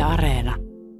Areena.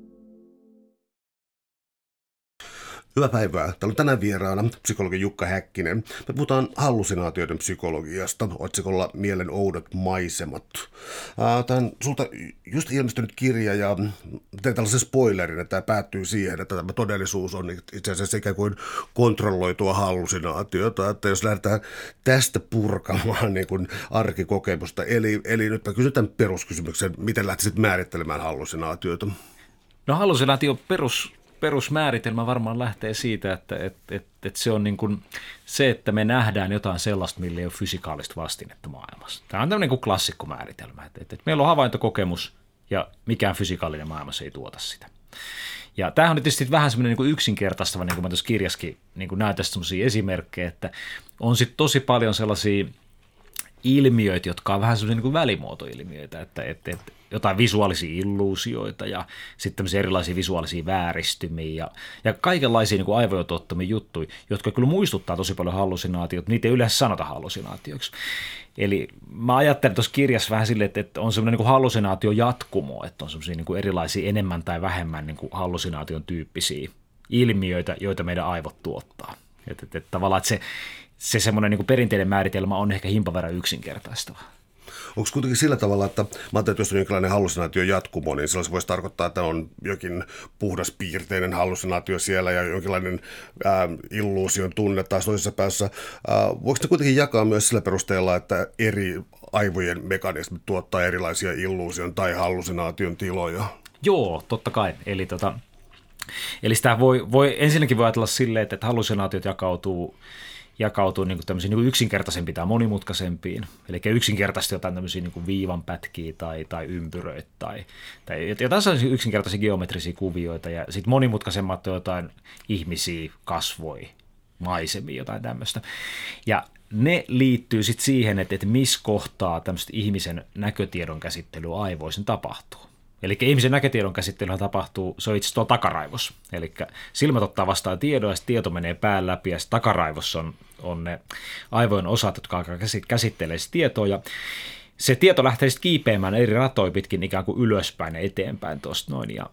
Hyvää päivää. Täällä on tänään vieraana psykologi Jukka Häkkinen. Me puhutaan hallusinaatioiden psykologiasta otsikolla Mielen oudot maisemat. Tämä on sulta just ilmestynyt kirja ja tein tällaisen spoilerin, että tämä päättyy siihen, että tämä todellisuus on itse asiassa ikään kuin kontrolloitua hallusinaatiota. Että jos lähdetään tästä purkamaan niin kuin arkikokemusta, eli nyt mä kysyn tämän peruskysymyksen, miten lähtisit määrittelemään hallusinaatioita? No hallusinaatio perusmääritelmä varmaan lähtee siitä, että se on niin kuin se, että me nähdään jotain sellaista, millä ei ole fysikaalista vastinetta maailmassa. Tämä on tämmöinen niin kuin klassikkomääritelmä, että meillä on havaintokokemus ja mikään fysikaalinen maailmassa ei tuota sitä. Ja tämähän on tietysti vähän semmoinen niin kuin yksinkertaistava, niin kuin mä tuossa kirjassakin niin kuin näytän semmoisia esimerkkejä, että on sitten tosi paljon sellaisia ilmiöitä, jotka on vähän semmoisia niin kuin välimuotoilmiöitä, että jotain visuaalisia illuusioita ja sitten tämmöisiä erilaisia visuaalisia vääristymiä ja kaikenlaisia niin kuin aivoja tuottamia juttuja, jotka kyllä muistuttaa tosi paljon hallusinaatiota, niitä ei yleensä sanota hallusinaatioiksi. Eli mä ajattelen tuossa kirjassa vähän silleen, että on semmoinen niin kuin hallusinaatio jatkumo, että on semmoisia niin kuin erilaisia enemmän tai vähemmän niin kuin hallusinaation tyyppisiä ilmiöitä, joita meidän aivot tuottaa. Että tavallaan että se semmoinen niin kuin perinteinen määritelmä on ehkä himpan verran yksinkertaistava. Onko kuitenkin sillä tavalla, että mä ajattelin, että jos on jonkinlainen hallusinaatio jatkumo, niin se voisi tarkoittaa, että on jokin puhdaspiirteinen hallusinaatio siellä ja jonkinlainen illuusion tunne taas toisessa päässä. Voiko ne kuitenkin jakaa myös sillä perusteella, että eri aivojen mekanismit tuottaa erilaisia illuusion tai hallusinaation tiloja? Joo, totta kai. Eli sitä ensinnäkin voi ajatella silleen, että hallusinaatiot jakautuu niin kuin tämmöisiin niin kuin yksinkertaisempiin tai monimutkaisempiin. Eli yksinkertaisesti jotain tämmöisiä niin kuin viivanpätkiä tai ympyröitä tai jotain sellaisia yksinkertaisia geometrisia kuvioita ja sitten monimutkaisemmat jotain ihmisiä, kasvoja, maisemia, jotain tämmöistä. Ja ne liittyy sitten siihen, että missä kohtaa tämmöistä ihmisen näkötiedon käsittely aivoissa tapahtuu. Eli ihmisen näkötiedon käsittelyhän tapahtuu, se on itse asiassa tuolla takaraivossa. Eli silmät ottaa vastaan tietoa ja tieto menee pään läpi ja takaraivossa on ne aivojen osat, jotka alkaa käsittelee sitä tietoa. Ja se tieto lähtee sitten kiipeämään eri ratoja pitkin ikään kuin ylöspäin ja eteenpäin tuosta noin. Ja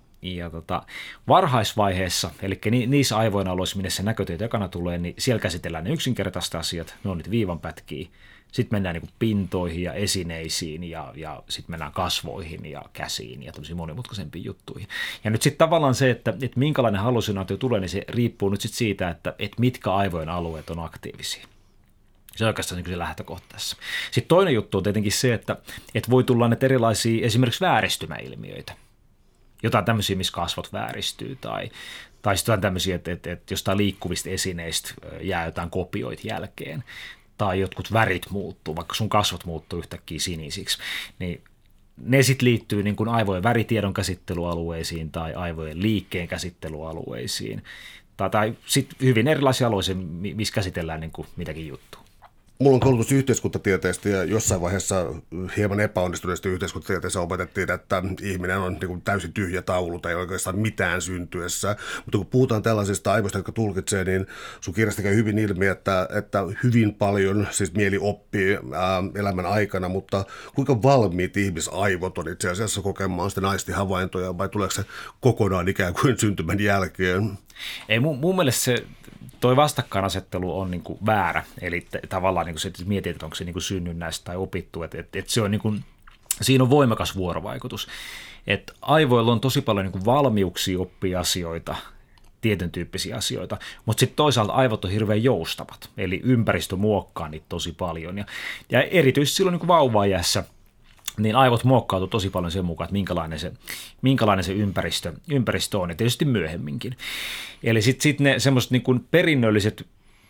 varhaisvaiheessa, eli niissä aivojen alueissa, minne se näkötieto ekana tulee, niin siellä käsitellään ne yksinkertaiset asiat, ne on niitä viivanpätkiä. Sitten mennään niin kuin pintoihin ja esineisiin ja sitten mennään kasvoihin ja käsiin ja tämmöisiin monimutkaisempiin juttuihin. Ja nyt sitten tavallaan se, että minkälainen hallusinaatio tulee, niin se riippuu nyt sitten siitä, että mitkä aivojen alueet on aktiivisia. Se on oikeastaan niin se lähtökohta tässä. Sitten toinen juttu on tietenkin se, että voi tulla näitä erilaisia esimerkiksi vääristymäilmiöitä. Jotain tämmöisiä, missä kasvot vääristyy tai sitten tämmöisiä, että jostain liikkuvista esineistä jää jotain kopioita jälkeen. Tai jotkut värit muuttuu, vaikka sun kasvot muuttuu yhtäkkiä sinisiksi, niin ne sitten liittyy niin kuin aivojen väritiedon käsittelyalueisiin tai aivojen liikkeen käsittelyalueisiin tai sitten hyvin erilaisia alueita, missä käsitellään niin kuin mitäkin juttua. Mulla on koulutus yhteiskuntatieteestä ja jossain vaiheessa hieman epäonnistuneesti yhteiskuntatieteessä opetettiin, että ihminen on niin kuin täysin tyhjä taulu tai ei oikeastaan mitään syntyessä. Mutta kun puhutaan tällaisista aivoista, jotka tulkitsee, niin sun kirjasta käy hyvin ilmi, että hyvin paljon siis mieli oppii elämän aikana, mutta kuinka valmiit ihmisaivot on itse asiassa kokemaan sitten aistihavaintoja vai tuleeko se kokonaan ikään kuin syntymän jälkeen? Ei, mun mielestä toi vastakkainasettelu on niin kuin väärä, eli tavallaan niin kuin se, että mietit, että onko se niin kuin synnynnäistä tai opittu, että se on niin kuin, siinä on voimakas vuorovaikutus, että aivoilla on tosi paljon niin kuin valmiuksia oppia asioita, tietyn tyyppisiä asioita, mutta sitten toisaalta aivot on hirveän joustavat, eli ympäristö muokkaa niitä tosi paljon, ja erityisesti silloin niin kuin vauvaiässä, niin aivot muokkautuu tosi paljon sen mukaan, että minkälainen se ympäristö on, ja tietysti myöhemminkin. Eli sitten ne semmoiset niin kuin perinnölliset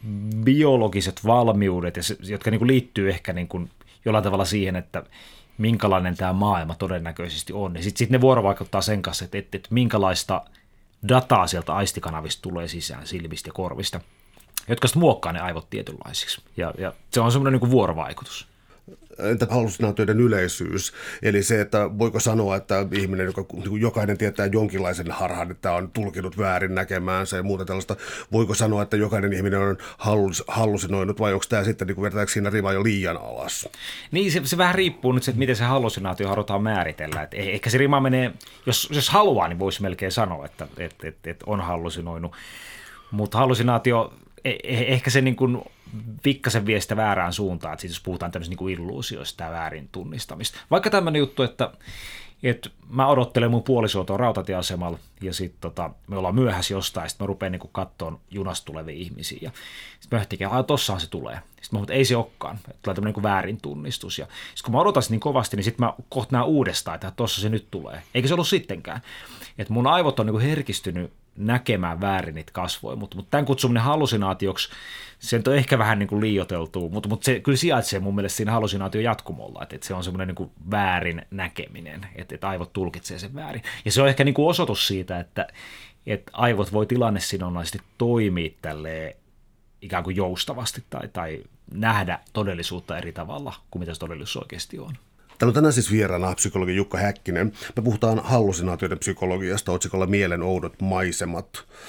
biologiset valmiudet, jotka niin kuin liittyy ehkä niin kuin jollain tavalla siihen, että minkälainen tämä maailma todennäköisesti on, niin sitten ne vuorovaikuttaa sen kanssa, että minkälaista dataa sieltä aistikanavista tulee sisään, silmistä ja korvista, jotka sitten muokkaa ne aivot tietynlaisiksi. Ja se on semmoinen niin kuin vuorovaikutus. entä hallusinaatioiden yleisyys? Eli se, että voiko sanoa, että ihminen, joka jokainen tietää jonkinlaisen harhan, että on tulkinut väärin näkemäänsä ja muuta tällaista, voiko sanoa, että jokainen ihminen on hallusinoinut vai onko tämä sitten, niin vertaako siinä rima jo liian alas? Niin, se vähän riippuu nyt, että miten se hallusinaatio halutaan määritellä. Et ehkä se rima menee, jos haluaa, niin voisi melkein sanoa, että on hallusinoinut, mutta hallusinaatio, ehkä se niin kuin pikkasen vie sitä väärään suuntaan, että jos puhutaan tämmöistä niin kuin illuusioista ja väärin tunnistamista. Vaikka tämmöinen juttu, että mä odottelen mun puolisoa tuon rautatieasemalla ja sitten me ollaan myöhässä jostain, sitten mä rupean niin katsomaan junasta tulevia ihmisiä ja sitten mä yhtäkkiä, tossahan se tulee. Sitten mä ei se olekaan, että tulee tämmöinen niin väärin tunnistus ja sitten kun mä odotan niin kovasti, niin sitten mä kohta näen uudestaan, että tossa se nyt tulee. Eikä se ollut sittenkään. Että mun aivot on niin herkistynyt näkemään väärin niitä kasvoja, mutta tämän kutsuminen hallusinaatioksi, se on ehkä vähän niin kuin liioiteltua, mutta se kyllä sijaitsee mun mielestä siinä hallusinaation jatkumolla, että se on semmoinen niin kuin väärin näkeminen, että aivot tulkitsee sen väärin. Ja se on ehkä niin kuin osoitus siitä, että aivot voi tilannesidonnaisesti toimia tälleen ikään kuin joustavasti tai nähdä todellisuutta eri tavalla kuin mitä se todellisuus oikeasti on. Täällä on tänään siis vieraana psykologi Jukka Häkkinen. Me puhutaan hallusinaatioiden psykologiasta otsikolla Mielen oudot maisemat.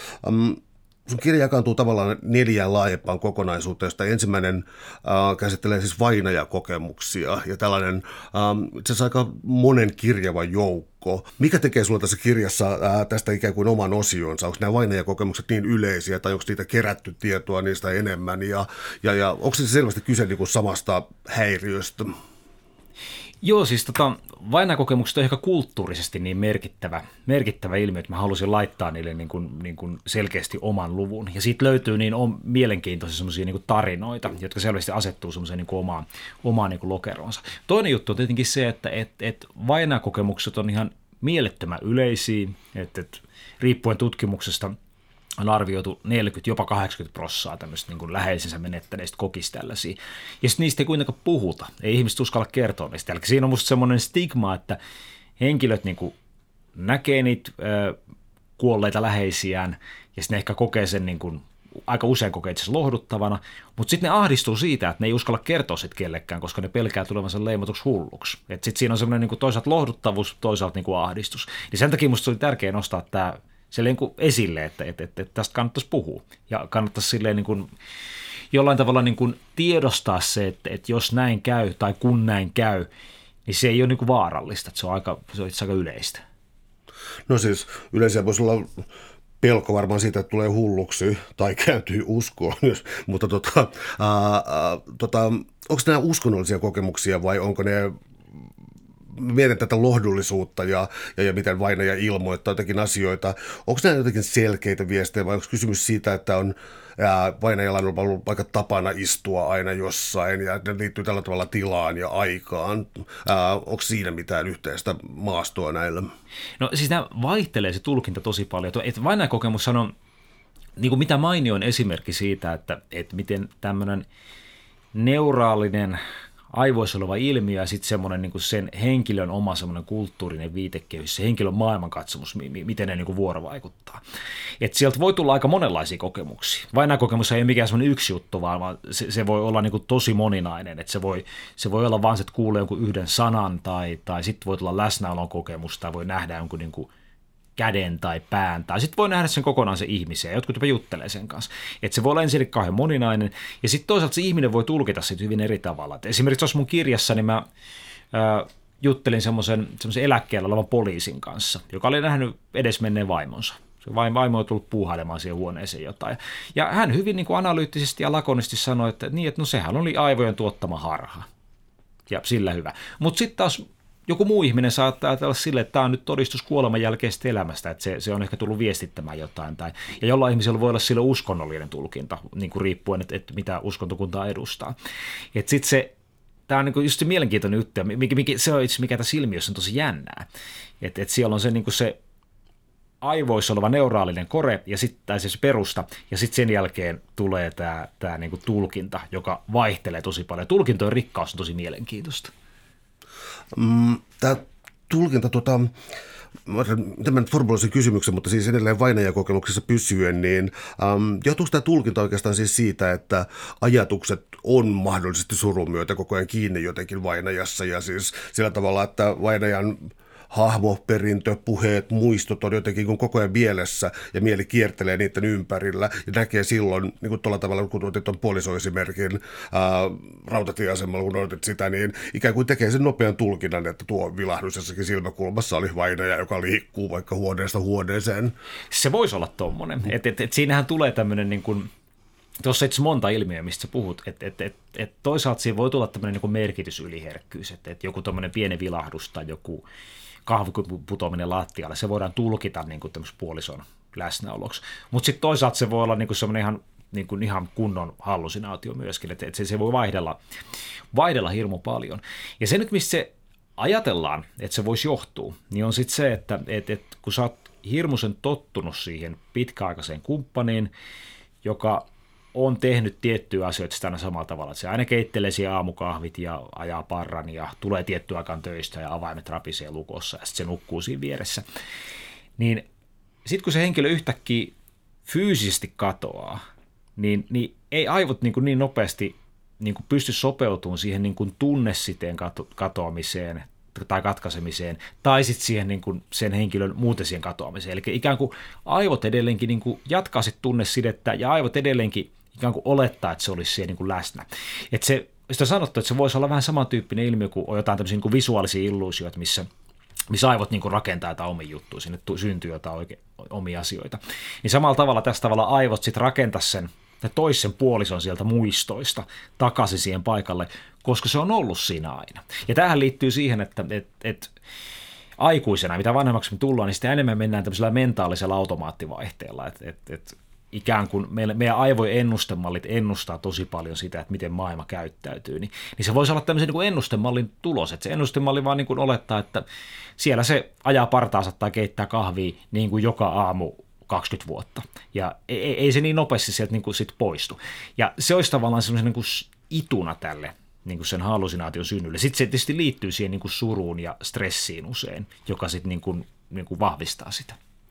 Sun kirja jakaantuu tavallaan 4 laajempaan kokonaisuuteen, josta ensimmäinen käsittelee siis vainajakokemuksia ja tällainen itse asiassa aika monen kirjava joukko. Mikä tekee sulla tässä kirjassa tästä ikään kuin oman osionsa? Onko nämä vainajakokemukset niin yleisiä tai onko niitä kerätty tietoa niistä enemmän ja onko se selvästi kyse niin kuin samasta häiriöstä? Joo, siis vainajokemukset on ehkä kulttuurisesti niin merkittävä ilmiö, että mä halusin laittaa niille niin kuin selkeästi oman luvun. Ja siitä löytyy niin mielenkiintoisia semmoisia niin tarinoita, jotka selvästi asettuu semmoiseen niin omaan niin lokeroonsa. Toinen juttu on tietenkin se, että vainajakokemukset on ihan mielettömän yleisiä, että riippuen tutkimuksesta on arvioitu 40, jopa 80% tämmöistä niin kuin läheisensä menettäneistä kokisi tällaisia. Ja sitten niistä ei kuitenkaan puhuta. Ei ihmiset uskalla kertoa niistä. Eli siinä on musta semmoinen stigma, että henkilöt niin kuin näkee niitä kuolleita läheisiään ja sitten ne ehkä kokee sen niin kuin, aika usein kokee itse asiassa lohduttavana, mutta sitten ne ahdistuu siitä, että ne ei uskalla kertoa sit kellekään, koska ne pelkää tulevansa leimatuksi hulluksi. Sitten siinä on semmoinen niin kuin toisaalta lohduttavuus, toisaalta niin kuin ahdistus. Niin sen takia musta oli tärkeää nostaa tämä niin kuin esille, että tästä kannattaisi puhua ja kannattaisi silleen niin kuin jollain tavalla niin kuin tiedostaa se, että jos näin käy tai kun näin käy, niin se ei ole niin kuin vaarallista, että se on itse aika yleistä. No siis yleensä voisi olla pelko varmaan siitä, että tulee hulluksi tai kääntyy uskoon, mutta onko nämä uskonnollisia kokemuksia vai onko ne mietin tätä lohdullisuutta ja miten vainaja ilmoittaa jotakin asioita. Onko nämä jotenkin selkeitä viestejä vai onko kysymys siitä, että on vainajalla on ollut aika tapana istua aina jossain ja ne liittyy tällä tavalla tilaan ja aikaan. Onko siinä mitään yhteistä maastoa näillä? No siis nämä vaihtelee se tulkinta tosi paljon. Että vainajakokemus on niin kuin mitä mainioin esimerkki siitä, että miten tämmöinen neuraalinen aivoissa oleva ilmiö ja sitten semmoinen niin kuin sen henkilön oma semmoinen kulttuurinen viitekehys, se henkilön maailmankatsomus, miten ne niin kuin vuorovaikuttaa. Että sieltä voi tulla aika monenlaisia kokemuksia. Vainajakokemus ei ole mikään semmoinen yksi juttu, vaan se voi olla niin kuin tosi moninainen. Että se voi olla vaan se, että kuulee jonkun yhden sanan tai sitten voi tulla läsnäolon kokemus tai voi nähdä jonkun niin kuin käden tai pään, tai sitten voi nähdä sen kokonaan se ihmisen, ja jotkut jopa juttelee sen kanssa. Että se voi olla ensin kauhean moninainen, ja sitten toisaalta se ihminen voi tulkita sitä hyvin eri tavalla. Et esimerkiksi tuossa mun kirjassa, niin mä juttelin semmoisen eläkkeellä olevan poliisin kanssa, joka oli nähnyt edesmenneen vaimonsa. Se vaimo on tullut puuhailemaan siihen huoneeseen jotain. Ja hän hyvin niin kuin analyyttisesti ja lakonisesti sanoi, että no sehän oli aivojen tuottama harha. Ja sillä hyvä. Mutta sitten taas joku muu ihminen saattaa ajatella sille, että tämä on nyt todistus kuoleman jälkeisestä elämästä, että se on ehkä tullut viestittämään jotain. Ja jollain ihmisellä voi olla sille uskonnollinen tulkinta, niin kuin riippuen, että mitä uskontokuntaa edustaa. Että sitten tämä on niin just se mielenkiintoinen juttu, ja se on itse mikä tässä ilmiössä on tosi jännää. Että siellä on se, niin kuin se aivoissa oleva neuraalinen kore, ja sitten se perusta, ja sitten sen jälkeen tulee tämä niin kuin tulkinta, joka vaihtelee tosi paljon. Tulkintojen rikkaus on tosi mielenkiintoista. Tämä tulkinta, tämän formulaisen kysymyksen, mutta siis edelleen vainajakokemuksessa pysyen, niin johtuuko tämä tulkinta oikeastaan siis siitä, että ajatukset on mahdollisesti surun myötä koko ajan kiinni jotenkin vainajassa ja siis sillä tavalla, että vainajan hahmo, perintö, puheet, muistot on jotenkin kun koko ajan mielessä ja mieli kiertelee niiden ympärillä ja näkee silloin niin kuin tuolla tavalla, kun otit tuon puolisoesimerkin rautatieasemalla, kun otit sitä, niin ikään kuin tekee sen nopean tulkinnan, että tuo vilahdus jossakin silmäkulmassa oli vainaja, joka liikkuu vaikka huoneesta huoneeseen. Se voisi olla tommoinen. Et siinähän tulee tämmöinen niin kuin tuossa itse monta ilmiöä, mistä sä puhut, että toisaalta siinä voi tulla tämmöinen niin merkitysyliherkkyys, että joku tämmöinen pieni vilahdus tai joku kahvikupin putoaminen lattialle, se voidaan tulkita niin kuin tämmöisen puolison läsnäoloksi. Mutta sitten toisaalta se voi olla niin kuin semmoinen ihan kunnon hallusinaatio myöskin, että se voi vaihdella hirmu paljon. Ja se nyt, mistä se ajatellaan, että se voisi johtua, niin on sitten se, että kun sä oot hirmuisen tottunut siihen pitkäaikaiseen kumppaniin, joka on tehnyt tiettyjä asioita sitä aina samalla tavalla, että se aina keittelee siellä aamukahvit ja ajaa parran ja tulee tiettyä aikaan töistä ja avaimet rapisee lukossa ja sitten se nukkuu siinä vieressä. Niin sitten kun se henkilö yhtäkkiä fyysisesti katoaa, niin ei aivot niin nopeasti niin pysty sopeutumaan siihen niin tunnesiteen katoamiseen tai katkaisemiseen, tai sitten siihen sen henkilön muuten siihen katoamiseen. Eli ikään kuin aivot edelleenkin jatkaa sitten tunnesidettä, ja aivot edelleenkin ikään kuin olettaa, että se olisi siellä läsnä. Että sitä on sanottu, että se voisi olla vähän samantyyppinen ilmiö kuin on jotain tämmöisiä visuaalisia illuusioita, missä aivot rakentaa jotain omia juttuja, sinne syntyy jotain omia asioita. Niin samalla tavalla tässä tavalla aivot sitten rakentaisi sen toisen puolison sieltä muistoista takaisin siihen paikalle, koska se on ollut siinä aina. Ja tämähän liittyy siihen, että aikuisena, mitä vanhemmaksi me tullaan, niin sitä enemmän mennään tämmöisellä mentaalisella automaattivaihteella, että ikään kuin meidän aivojen ennustemallit ennustaa tosi paljon sitä, että miten maailma käyttäytyy, niin se voisi olla tämmöisen niin ennustemallin tulos, että se ennustemalli vaan niin kuin olettaa, että siellä se ajaa partaansa tai keittää kahvia niin kuin joka aamu 20 vuotta, ja ei se niin nopeasti sieltä niin kuin sit poistu. Ja se olisi tavallaan semmoisen niin kuin ituna tälle niin kuin sen hallusinaation synnylle. Sitten se tietysti liittyy siihen niin kuin suruun ja stressiin usein, joka sitten niin kuin vahvistaa sitä.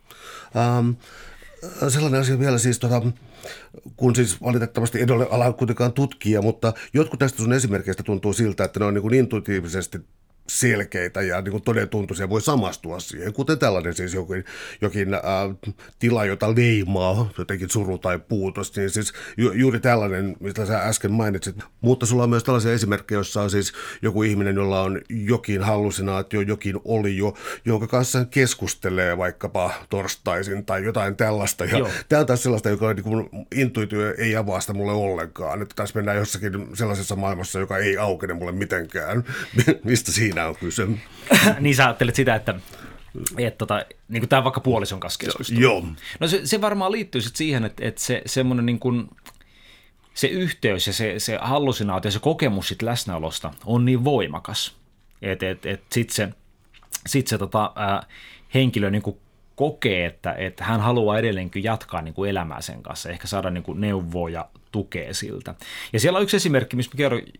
Sellainen asia vielä siis, kun siis valitettavasti en ole alan kuitenkaan tutkija, mutta jotkut tästä sun esimerkkeistä tuntuu siltä, että ne on niin kuin intuitiivisesti selkeitä ja niin kuin todentuntuisia, voi samastua siihen, kuten tällainen siis jokin tila, jota leimaa jotenkin suru tai puutos, niin siis juuri tällainen, mistä sä äsken mainitsit. Mutta sulla on myös tällaisia esimerkkejä, joissa on siis joku ihminen, jolla on jokin hallusinaatio, jokin olio, jonka kanssa keskustelee vaikkapa torstaisin tai jotain tällaista. Ja tämä on taas sellaista, joka niin kuin intuitio ei avaa sitä mulle ollenkaan. Että tässä mennään jossakin sellaisessa maailmassa, joka ei aukene mulle mitenkään. Mistä siinä on kyse? Niin sä ajattelet sitä, että niin kuin tämä vaikka puolison kanssa keskustelu. Joo. No se varmaan liittyy sitten siihen, että se semmoinen niin kuin se yhteys ja se hallusinaatio ja se kokemus sit läsnäolosta on niin voimakas, että sitten se henkilö niin kuin kokee, että hän haluaa edelleenkin jatkaa niin kuin elämää sen kanssa, ehkä saada niin kuin neuvoa ja tukea siltä. Ja siellä on yksi esimerkki, missä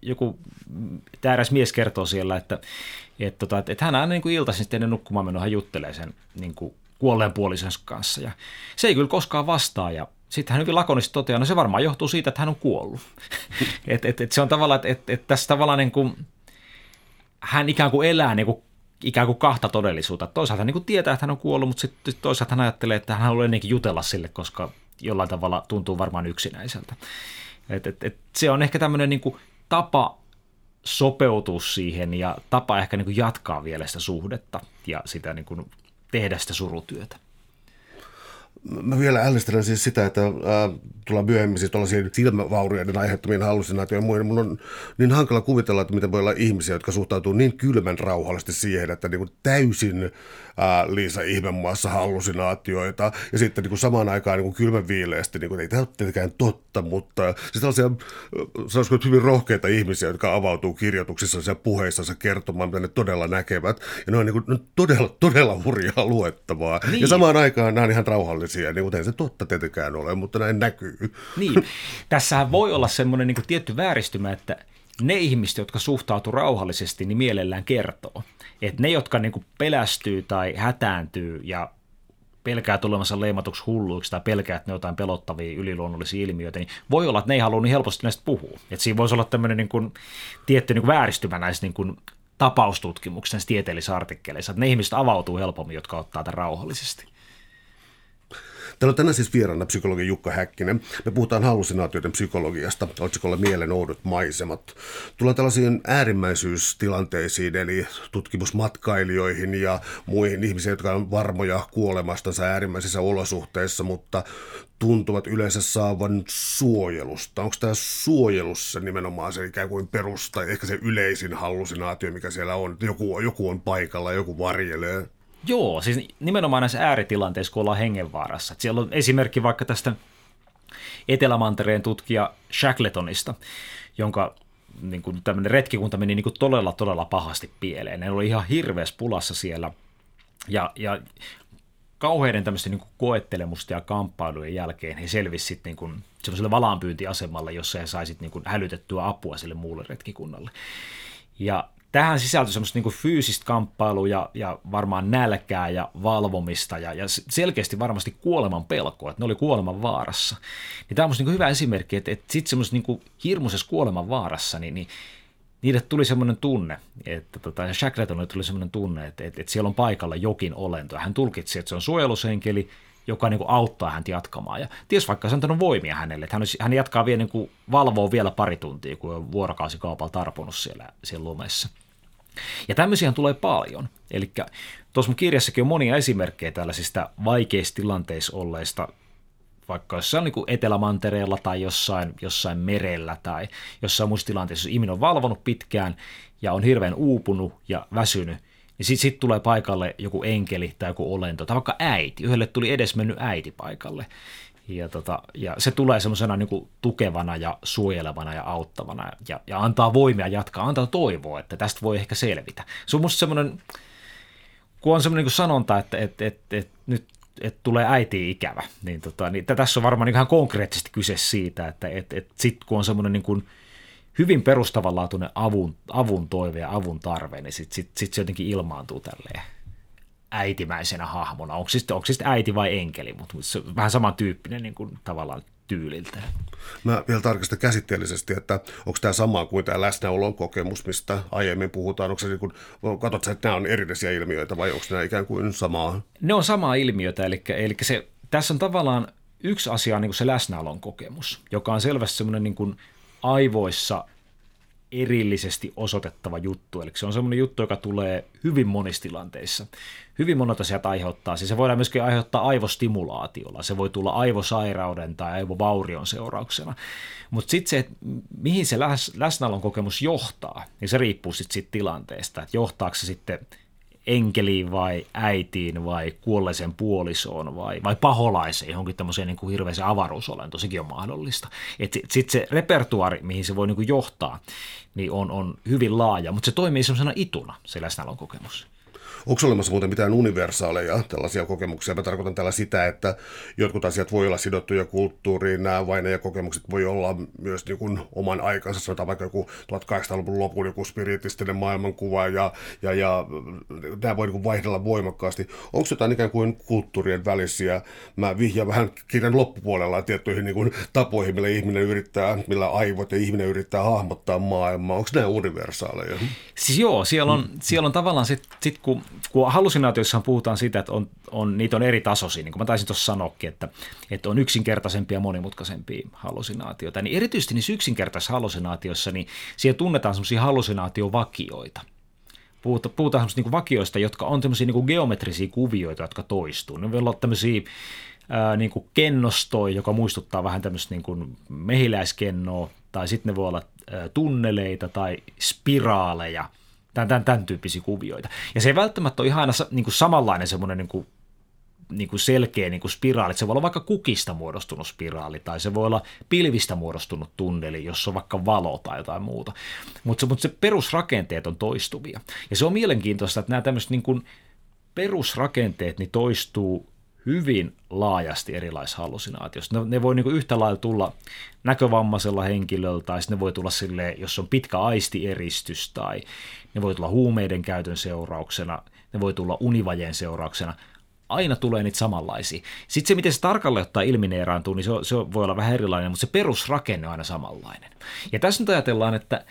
tämä eräs mies kertoo siellä, että hän aina niin kuin iltaisin ennen nukkumaan menoa, hän juttelee sen niin kuin kuolleen puolisonsa kanssa, ja se ei kyllä koskaan vastaa, ja sitten hän hyvin lakonisesti toteaa, no se varmaan johtuu siitä, että hän on kuollut. Se on tavallaan, että tässä tavallaan niin kuin, hän ikään kuin elää niin kuin ikään kuin kahta todellisuutta. Toisaalta hän niin kuin tietää, että hän on kuollut, mutta sitten toisaalta hän ajattelee, että hän haluaa ennenkin jutella sille, koska jollain tavalla tuntuu varmaan yksinäiseltä. Se on ehkä tämmöinen niin kuin tapa sopeutua siihen ja tapa ehkä niin kuin jatkaa vielä sitä suhdetta ja sitä niin kuin tehdä sitä surutyötä. Mä vielä ällistelen siis sitä, että tullaan myöhemmin siis tuollaisiin silmävaurioiden aiheuttamien hallusinaatioiden ja muiden. Mun on niin hankala kuvitella, että miten voi olla ihmisiä, jotka suhtautuu niin kylmän rauhallisesti siihen, että niin kuin täysin Liisa Ihmemaassa hallusinaatioita ja sitten niin kuin samaan aikaan niin kuin kylmän viileästi, niin kuin, ei tämä ole tietenkään totta, mutta siis tällaisia sanoisiko hyvin rohkeita ihmisiä, jotka avautuu kirjoituksissa ja puheissansa kertomaan, mitä ne todella näkevät. Ja ne on, niin kuin, ne on todella hurjaa luettavaa. Niin. Ja samaan aikaan nämä on ihan rauhallisia, niin kuin ei se totta tietenkään ole, mutta näin näkyy. Niin, tässähän voi olla semmoinen niin kuin tietty vääristymä, että ne ihmiset, jotka suhtautuu rauhallisesti, niin mielellään kertoo. Että ne, jotka niin kuin pelästyy tai hätääntyy ja pelkää tulemassa leimatuksi hulluiksi tai pelkää, että ne on jotain pelottavia yliluonnollisia ilmiöitä, niin voi olla, että ne ei halua niin helposti näistä puhua. Että siinä voisi olla tämmöinen niin kuin tietty niin kuin vääristymä näissä niin kuin tapaustutkimuksissa, näissä tieteellisissä artikkeleissa, että ne ihmiset avautuu helpommin, jotka ottaa tämän rauhallisesti. Täällä on tänään siis vieraana psykologi Jukka Häkkinen. Me puhutaan hallusinaatioiden psykologiasta, otsikolla Mielen oudot maisemat. Tullaan tällaisiin äärimmäisyystilanteisiin, eli tutkimusmatkailijoihin ja muihin ihmisiin, jotka on varmoja kuolemastansa äärimmäisissä olosuhteissa, mutta tuntuvat yleensä saavan suojelusta. Onko tämä suojelussa nimenomaan se ikään kuin perusta, ehkä se yleisin hallusinaatio, mikä siellä on, että joku on paikalla, joku varjelee? Joo, siis nimenomaan näissä ääritilanteissa, kun ollaan hengenvaarassa. Että siellä on esimerkki vaikka tästä Etelämantereen tutkija Shackletonista, jonka niin kuin tämmöinen retkikunta meni niin kuin todella pahasti pieleen. Ne oli ihan hirveässä pulassa siellä ja kauheiden tämmöisten niin kuin koettelemusta ja kamppailujen jälkeen he selvisivät sitten niin kuin semmoiselle valaanpyyntiasemalle, jossa he saisivat niin kuin hälytettyä apua sille muulle retkikunnalle. Ja tähän sisältyi semmoista niin fyysistä kamppailua ja varmaan nälkää ja valvomista ja selkeästi varmasti kuoleman pelkoa, että ne oli kuoleman vaarassa. Niin tämä on musta niin hyvä esimerkki, että sitten semmoisessa niin hirmuisessa kuoleman vaarassa, niin niille tuli semmoinen tunne, että Shackletonille tuli semmoinen tunne, että siellä on paikalla jokin olento. Hän tulkitsi, että se on suojelusenkeli, joka niin kuin auttaa häntä jatkamaan. Ja ties vaikka se on antanut voimia hänelle, että hän jatkaa vielä niin kuin valvoo vielä pari tuntia, kun on vuorokausikaupalla tarponut siellä lumessa. Ja tämmöisiä tulee paljon. Eli tuossa mun kirjassakin on monia esimerkkejä tällaisista vaikeissa tilanteissa olleista, vaikka jossain niin kuin Etelämantereella tai jossain merellä tai jossain muissa tilanteissa, jos ihminen on valvonut pitkään ja on hirveän uupunut ja väsynyt, niin sitten tulee paikalle joku enkeli tai joku olento, tai vaikka äiti. Yhdelle tuli edesmennyt äiti paikalle. Ja se tulee semmoisena niin kuin tukevana ja suojelevana ja auttavana ja antaa voimia jatkaa, antaa toivoa, että tästä voi ehkä selvitä. Se on musta semmoinen, kun on semmoinen niin kuin sanonta, että nyt tulee äitiin ikävä, niin tässä on varmaan niin ihan konkreettisesti kyse siitä, että sitten kun on semmoinen niin kuin hyvin perustavanlaatuinen avun toive ja avun tarve, niin sit se jotenkin ilmaantuu tälleen äitimäisenä hahmona. Onko siis äiti vai enkeli, mutta se on vähän samantyyppinen niin kuin tavallaan tyyliltä. Mä vielä tarkistan käsitteellisesti, että onko tämä sama kuin tämä läsnäolon kokemus, mistä aiemmin puhutaan. Onko se niin kuin, katsotko, että nämä on erillisiä ilmiöitä vai onko nämä ikään kuin samaa? Ne on samaa ilmiötä, eli tässä on tavallaan yksi asia niin kuin se läsnäolon kokemus, joka on selvästi semmoinen niin kuin aivoissa erillisesti osoitettava juttu. Eli se on semmoinen juttu, joka tulee hyvin monissa tilanteissa. Hyvin monet asiat aiheuttaa. Siis se voidaan myöskin aiheuttaa aivostimulaatiolla. Se voi tulla aivosairauden tai aivovaurion seurauksena. Mutta sitten se, että mihin se läsnäolon kokemus johtaa, niin se riippuu sitten siitä tilanteesta. Että johtaako se sitten enkeliin vai äitiin vai kuolleeseen puolisoon vai paholaiseen, johonkin tämmöiseen niin kuin hirveäseen avaruusolentoon, sekin on mahdollista. Sitten se repertuaari, mihin se voi niin kuin johtaa, niin on hyvin laaja, mutta se toimii semmoisena ituna, se läsnäolon kokemus. Onko olemassa muuten mitään universaaleja tällaisia kokemuksia? Mä tarkoitan tällä sitä, että jotkut asiat voi olla sidottuja kulttuuriin, nämä vainaja kokemukset voi olla myös niin kuin oman aikansa, sanotaan vaikka joku 1800-luvun lopun joku spiritistinen maailmankuva, ja tämä voi niin kuin vaihdella voimakkaasti. Onko jotain ikään kuin kulttuurien välisiä? Mä vihjaan vähän kirjan loppupuolella tiettyihin niin kuin tapoihin, millä aivot ja ihminen yrittää hahmottaa maailmaa. Onko nämä universaaleja? Siis joo, siellä on tavallaan sit kun hallusinaatioissa puhutaan siitä, että niitä on eri tasoisia, niin kuin mä taisin tuossa sanoakin, että on yksinkertaisempia ja monimutkaisempia hallusinaatioita, niin erityisesti niissä yksinkertaisissa hallusinaatioissa, niin siellä tunnetaan semmoisia hallusinaatiovakioita. Puhutaan semmoista niin kuin vakioista, jotka on tämmöisiä niin kuin geometrisia kuvioita, jotka toistuu. Ne voi olla tämmöisiä niin kuin kennostoja, joka muistuttaa vähän tämmöistä niin kuin mehiläiskennoa, tai sitten ne voi olla tunneleita tai spiraaleja, tämän tyyppisiä kuvioita. Ja se ei välttämättä ole ihan aina niin kuin samanlainen semmoinen niin kuin selkeä niin kuin spiraali. Se voi olla vaikka kukista muodostunut spiraali, tai se voi olla pilvistä muodostunut tunneli, jossa on vaikka valo tai jotain muuta. Mutta se perusrakenteet on toistuvia. Ja se on mielenkiintoista, että nämä tämmöiset niin kuin perusrakenteet niin toistuu hyvin laajasti erilaishallusinaatiosta. Ne voi niin kuin yhtä lailla tulla näkövammaisella henkilöllä, tai ne voi tulla silleen, jos on pitkä aistieristys, tai ne voi tulla huumeiden käytön seurauksena, ne voi tulla univajeen seurauksena. Aina tulee niitä samanlaisia. Sitten se, miten se tarkalleen ottaen ilmineeraantuu, niin se voi olla vähän erilainen, mutta se perusrakenne on aina samanlainen. Ja tässä nyt ajatellaan, että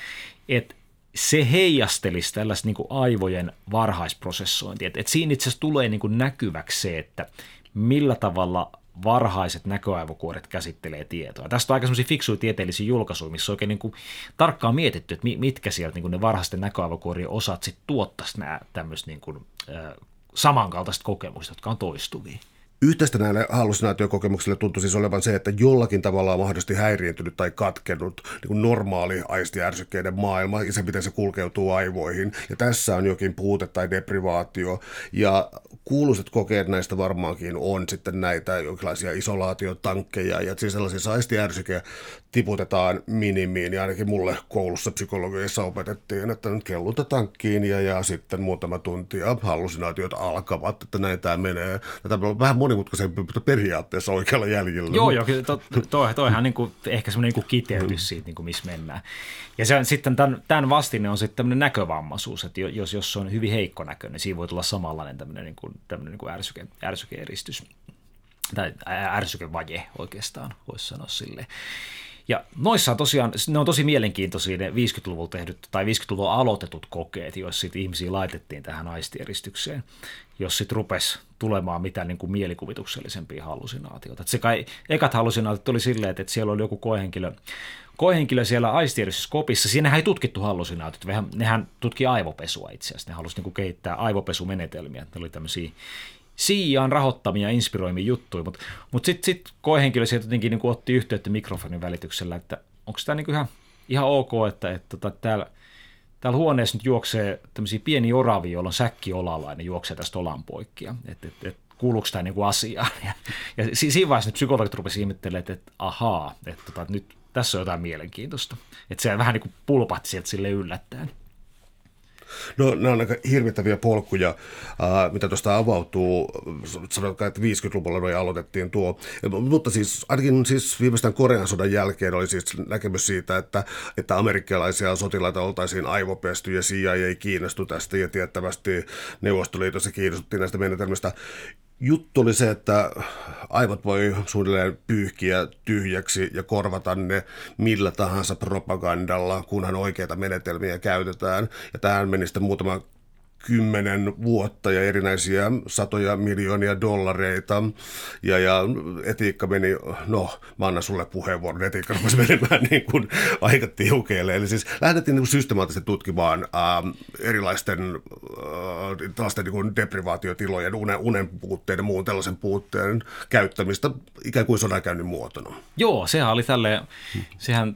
se heijastelisi tällaista niin kuin aivojen varhaisprosessointia. Että siinä itse asiassa tulee niin kuin näkyväksi se, että millä tavalla varhaiset näköaivokuoret käsittelee tietoa. Tästä on aika semmoisia fiksuja tieteellisiä julkaisuja, missä on oikein niin kuin tarkkaan mietitty, että mitkä sieltä niin kuin ne varhaisten näköaivokuorien osat sitten tuottaisi nämä tämmöiset niin kuin, samankaltaiset kokemukset, jotka on toistuvia. Yhteistä näille hallusinaatiokokemuksille tuntui siis olevan se, että jollakin tavalla on mahdollisesti häiriintynyt tai katkennut niin kuin normaali aistiärsykkeiden maailma ja se, miten se kulkeutuu aivoihin. Ja tässä on jokin puute tai deprivaatio. Ja kuuluiset kokeet näistä varmaankin on sitten näitä jonkinlaisia isolaatiotankkeja ja siis sellaisia aistiärsyke tiputetaan minimiin. Ja ainakin mulle koulussa psykologiassa opetettiin, että nyt kelluta tankkiin ja sitten muutama tunti ja hallusinaatiot alkavat, että näin tämä menee. Tämä on vähän monimutkaisempi, mutta periaatteessa oikealla jäljellä. Joo, toihan niin kuin, ehkä semmoinen niin kiteytys siitä, niin kuin missä mennään. Ja se on, sitten tämän vastine on sitten tämmöinen näkövammaisuus, että jos on hyvin heikko näköinen, niin siinä voi tulla samanlainen tämmöinen niin kuin ärsykeeristys, tai ärsykevaje oikeastaan, voisi sanoa silleen. Ja noissa on tosiaan, ne on tosi mielenkiintoisia ne 50-luvulla tehdyt tai 50-luvulla aloitetut kokeet, joissa sitten ihmisiä laitettiin tähän aistieristykseen, jos sitten rupesi tulemaan mitään niin kuin mielikuvituksellisempia hallusinaatioita. Se kai ekat hallusinaatiot oli silleen, että siellä oli joku koehenkilö siellä aistieristyskopissa. Siinähän ei tutkittu hallusinaatiot, nehän tutki aivopesua itse asiassa. Ne halusi niin kuin kehittää aivopesumenetelmiä. Ne oli tämmöisiä CIAn rahoittamia, inspiroimia juttuja, mutta sitten koehenkilö sieltä jotenkin niin otti yhteyttä mikrofonin välityksellä, että onko tämä niin ihan ok, että täällä huoneessa nyt juoksee tämmöisiä pieniä oravia, joilla on säkki olalla, ja ne juoksee tästä olan poikki, että kuuluuko tämä niin asiaan. Ja siinä vaiheessa nyt psykologit rupesivat ihmettelemään, että ahaa, että nyt tässä on jotain mielenkiintoista. Että se vähän niin kuin pulpahti sieltä sille yllättäen. No, nämä on aika hirvittäviä polkuja, mitä tuosta avautuu. Sanotaan, että 50-luvulla noin aloitettiin tuo. Mutta siis ainakin siis viimeistään Korean sodan jälkeen oli siis näkemys siitä, että amerikkalaisia sotilaita oltaisiin aivopesty ja CIA ei kiinnostu tästä ja tiettävästi Neuvostoliitossa kiinnostuttiin näistä menetelmistä. Juttu oli se, että aivot voi suunnilleen pyyhkiä tyhjäksi ja korvata ne millä tahansa propagandalla, kunhan oikeita menetelmiä käytetään. Ja tähän meni sitten muutama 10 vuotta ja erinäisiä satoja miljoonia dollareita. Ja etiikka meni, mä annan sulle puheenvuoron, etiikka rupesi menemään niin kuin aika tiukeelle. Eli siis lähdettiin niin kuin systemaattisesti tutkimaan erilaisten tällaisten niin kuin deprivaatiotilojen, unen puutteen ja muun tällaisen puutteen käyttämistä ikään kuin sodankäynnin muotona. Joo, sehän oli tälleen, sehän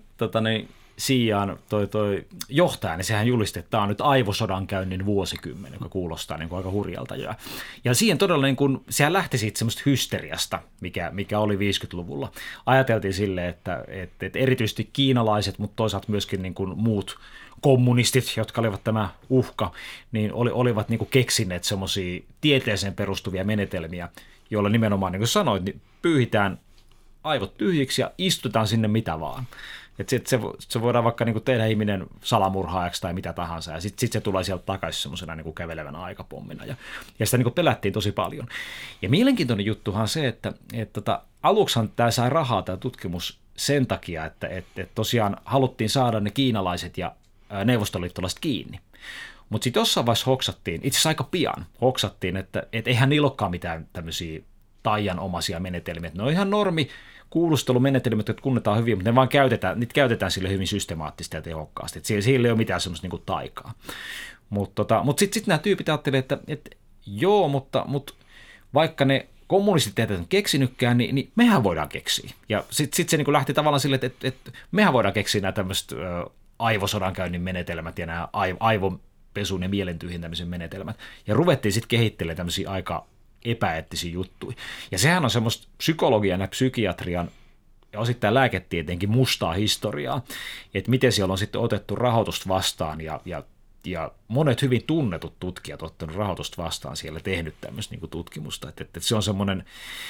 CIAn toi johtaja, niin sehän julisti, että tämä on nyt aivosodankäynnin vuosikymmen, joka kuulostaa niin kuin aika hurjalta. Ja siihen todella, niin kuin, sehän lähti siitä semmoista hysteriasta, mikä oli 50-luvulla. Ajateltiin silleen, että erityisesti kiinalaiset, mutta toisaalta myöskin niin kuin muut kommunistit, jotka olivat tämä uhka, niin olivat niin kuin keksineet semmoisia tieteeseen perustuvia menetelmiä, joilla nimenomaan, niin kuin sanoit, niin pyyhitään aivot tyhjiksi ja istutaan sinne mitä vaan. Että se voidaan vaikka niinku tehdä ihminen salamurhaajaksi tai mitä tahansa, ja sitten se tulee sieltä takaisin semmoisena niinku kävelevänä aikapommina. Ja sitä niinku pelättiin tosi paljon. Ja mielenkiintoinen juttuhan on se, että aluksihan tämä sai rahaa, tämä tutkimus, sen takia, että tosiaan haluttiin saada ne kiinalaiset ja neuvostoliittolaiset kiinni. Mutta sitten jossain vaiheessa hoksattiin, itse asiassa aika pian hoksattiin, että eihän niillä olekaan mitään tämmöisiä taianomaisia menetelmiä. Ne on ihan normi kuulustelumenetelmät, jotka kunnetaan hyvin, mutta niitä käytetään sille hyvin systemaattisesti ja tehokkaasti. Siellä ei ole mitään semmoista niin taikaa. Mutta sitten nämä tyypit ajattelevat, että joo, mutta vaikka ne kommunistit eivät keksinytkään, niin mehän voidaan keksiä. Ja sitten se niin lähti tavallaan sille, että mehän voidaan keksiä nämä tämmöiset aivosodankäynnin menetelmät ja nämä aivopesun ja mielen tyhjentämisen menetelmät. Ja ruvettiin sitten kehittelemään tämmöisiä aika epäeettisiä juttuja. Ja sehän on semmoista psykologian ja psykiatrian ja osittain lääketieteenkin mustaa historiaa, että miten siellä on sitten otettu rahoitusta vastaan ja ja monet hyvin tunnetut tutkijat ottanut rahoitusta vastaan siellä, tehnyt tämmöistä niin kuin tutkimusta, että se on semmoinen,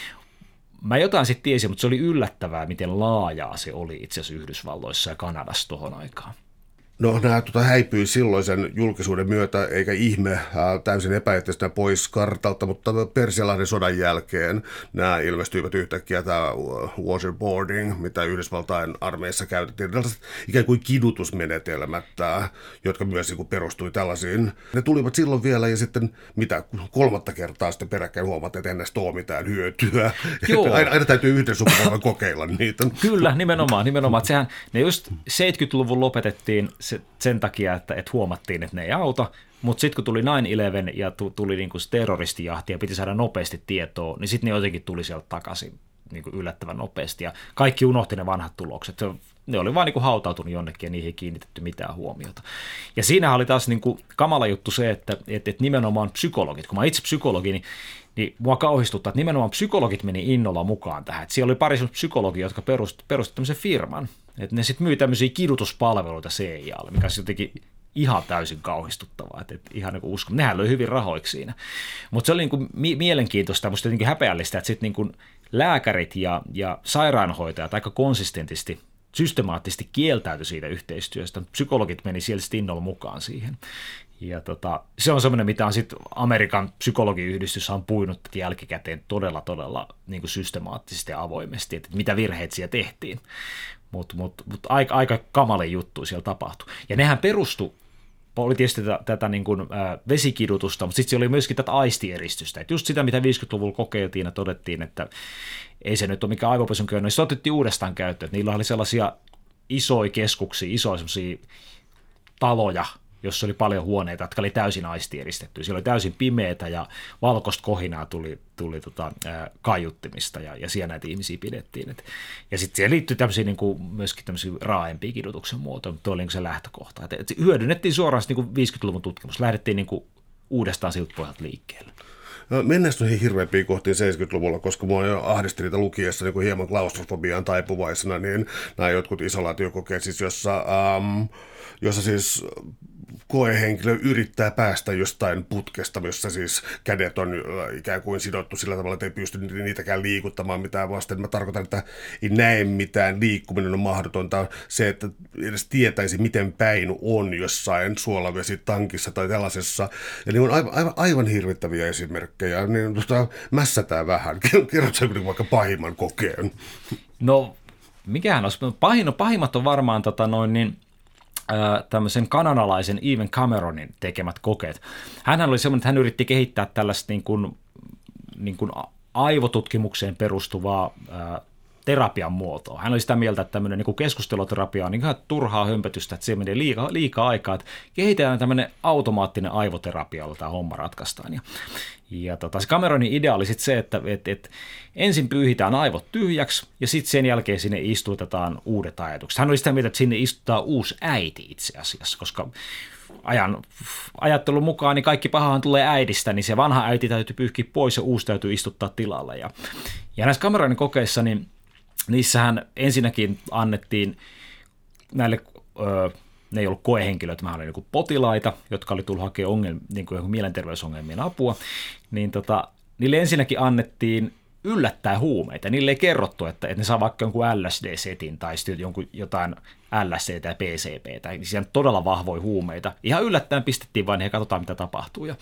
mä jotain sitten tiesin, mutta se oli yllättävää, miten laajaa se oli itse asiassa Yhdysvalloissa ja Kanadassa tuohon aikaan. No nämä häipyi silloisen julkisuuden myötä, eikä ihme täysin epäeettistä pois kartalta, mutta Persialahden sodan jälkeen nämä ilmestyivät yhtäkkiä, tämä waterboarding, mitä Yhdysvaltain armeijassa käytettiin, tällaiset ikään kuin kidutusmenetelmät, jotka myös perustui tällaisiin. Ne tulivat silloin vielä ja sitten kolmatta kertaa sitten peräkkäin huomattiin, että ennäs tuo mitään hyötyä. Aina täytyy yhden sukupolven kokeilla niitä. Kyllä, nimenomaan. Sehän, ne just 70-luvun lopetettiin sen takia, että huomattiin, että ne ei auta, mutta sitten kun tuli 9/11 ja tuli niinku terroristijahti ja piti saada nopeasti tietoa, niin sitten ne jotenkin tuli sieltä takaisin niinku yllättävän nopeasti ja kaikki unohti ne vanhat tulokset. Ne oli vaan niinku hautautunut jonnekin ja niihin ei kiinnitetty mitään huomiota. Ja siinähän oli taas niinku kamala juttu se, että nimenomaan psykologit, kun mä itse psykologi, niin mua kauhistuttaa, että nimenomaan psykologit meni innolla mukaan tähän. Et siellä oli pari psykologia, jotka perusti tämmöisen firman. Että ne sitten myy tämmöisiä kidutuspalveluita CIAlle, mikä on jotenkin ihan täysin kauhistuttavaa. Että ihan niin kuin uskon. Nehän löi hyvin rahoiksi siinä. Mutta se oli niin kuin mielenkiintoista, musta jotenkin häpeällistä, että sitten niin kuin lääkärit ja sairaanhoitajat aika konsistentisti, systemaattisesti kieltäytyi siitä yhteistyöstä. Psykologit meni siellä sitten innolla mukaan siihen. Ja se on semmoinen, mitä on sitten Amerikan psykologiyhdistys on puinut jälkikäteen todella niin kuin systemaattisesti ja avoimesti, että mitä virheitä siellä tehtiin. Mutta aika kamalin juttu siellä tapahtui. Ja nehän oli tietysti tätä niin kuin, vesikidutusta, mutta sitten siellä oli myöskin tätä aistieristystä. Et just sitä, mitä 50-luvulla kokeiltiin ja todettiin, että ei se nyt ole mikään aivopesun köynnä. Se otettiin uudestaan käyttöön. Niillä oli sellaisia isoja keskuksia, isoja sellaisia taloja, jossa oli paljon huoneita, jotka oli täysin aistieristetty. Siellä oli täysin pimeätä ja valkoista kohinaa tuli kaiuttimista ja siellä näitä ihmisiä pidettiin. Ja sitten siihen liittyi niin kuin, myöskin tämmöisiä raaempia kidutuksen muotoja, mutta tuo oli niin se lähtökohta. Et hyödynnettiin suoraan niin kuin 50-luvun tutkimus. Lähdettiin niin kuin uudestaan siltä pohjalta liikkeelle. No, mennään noihin hirveämpiin kohtiin 70-luvulla, koska mua jo ahdisti niitä lukiessa niin kuin hieman klaustrofobiaan taipuvaisena, niin nämä jotkut isolaatiokokeet, siis jossa siis koehenkilö yrittää päästä jostain putkesta, jossa siis kädet on ikään kuin sidottu sillä tavalla, että ei pysty niitäkään liikuttamaan mitään vasten. Mä tarkoitan, että ei näe mitään, liikkuminen on mahdotonta. Se, että edes tietäisi, miten päin on jossain suolavesitankissa tai tällaisessa. Eli on aivan hirvittäviä esimerkkejä. Niin mässätään vähän. Kerrotko vaikka pahimman kokeen? No, mikähän olisi? Pahimmat on varmaan tämmöisen kanadalaisen Evan Cameronin tekemät kokeet. Hänhän oli semmoinen, että hän yritti kehittää tällaista niin kuin aivotutkimukseen perustuvaa terapian muotoa. Hän oli sitä mieltä, että tämmöinen niin keskusteluterapia on ihan turhaa hömpötystä, että se menee liikaa aikaa, että kehitetään tämmöinen automaattinen aivoterapia, jolla tämä homma ratkaistaan. Ja se Cameronin idea oli sitten se, että ensin pyyhitään aivot tyhjäksi ja sitten sen jälkeen sinne istutetaan uudet ajatukset. Hän oli sitä mieltä, että sinne istutaan uusi äiti itse asiassa, koska ajattelun mukaan niin kaikki pahahan tulee äidistä, niin se vanha äiti täytyy pyyhkiä pois ja uusi täytyy istuttaa tilalle. Ja näissä Cameronin kokeissa, niin niissähän ensinnäkin annettiin näille, ne ei ollut koehenkilöitä, vaan oli niin potilaita, jotka oli tullut hakemaan niin mielenterveysongelmien apua, niin niille ensinnäkin annettiin yllättäen huumeita. Niille ei kerrottu, että ne saa vaikka jonkun LSD-setin tai sitten jotain LSD tai PCP, niin siellä on todella vahvoja huumeita. Ihan yllättäen pistettiin vain ja katsotaan, mitä tapahtuu. Ja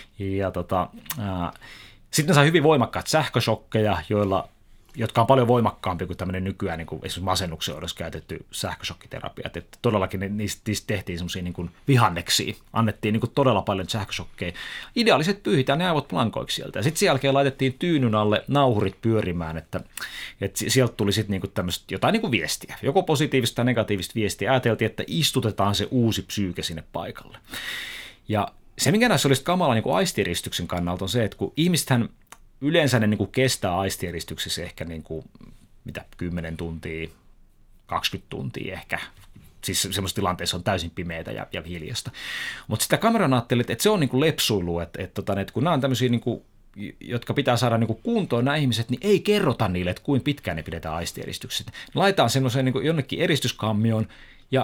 sitten ne sai hyvin voimakkaat sähköshokkeja, jotka on paljon voimakkaampi kuin tämmöinen nykyään niin kuin esimerkiksi masennuksen hoidossa käytetty sähköshokkiterapia. Että todellakin niistä tehtiin semmoisia niin kuin vihanneksia, annettiin niin kuin todella paljon sähköshokkeja. Ideaaliset pyyhitään ne aivot blankoiksi sieltä. Ja sitten sen jälkeen laitettiin tyynyn alle nauhurit pyörimään, että sieltä tuli sitten niin kuin tämmöistä jotain niin kuin viestiä. Joko positiivista tai negatiivista viestiä. Ajateltiin, että istutetaan se uusi psyyke sinne paikalle. Ja se, mikä näissä olisi kamala niin kuin aistieristyksen kannalta, on se, että kun ihmisethän yleensä ne niin kuin kestää aistieristyksessä ehkä niin kuin, 10 tuntia, 20 tuntia ehkä. Siis semmoisessa tilanteessa on täysin pimeätä ja hiljasta. Mutta sitä Cameron ajatteli, että se on niin kuin lepsuilu, että kun nämä on tämmöisiä, niin kuin, jotka pitää saada niin kuin kuntoon nämä ihmiset, niin ei kerrota niille, että kuinka pitkään ne pidetään aistieristyksessä. Laitetaan semmoiseen niin kuin jonnekin eristyskammioon ja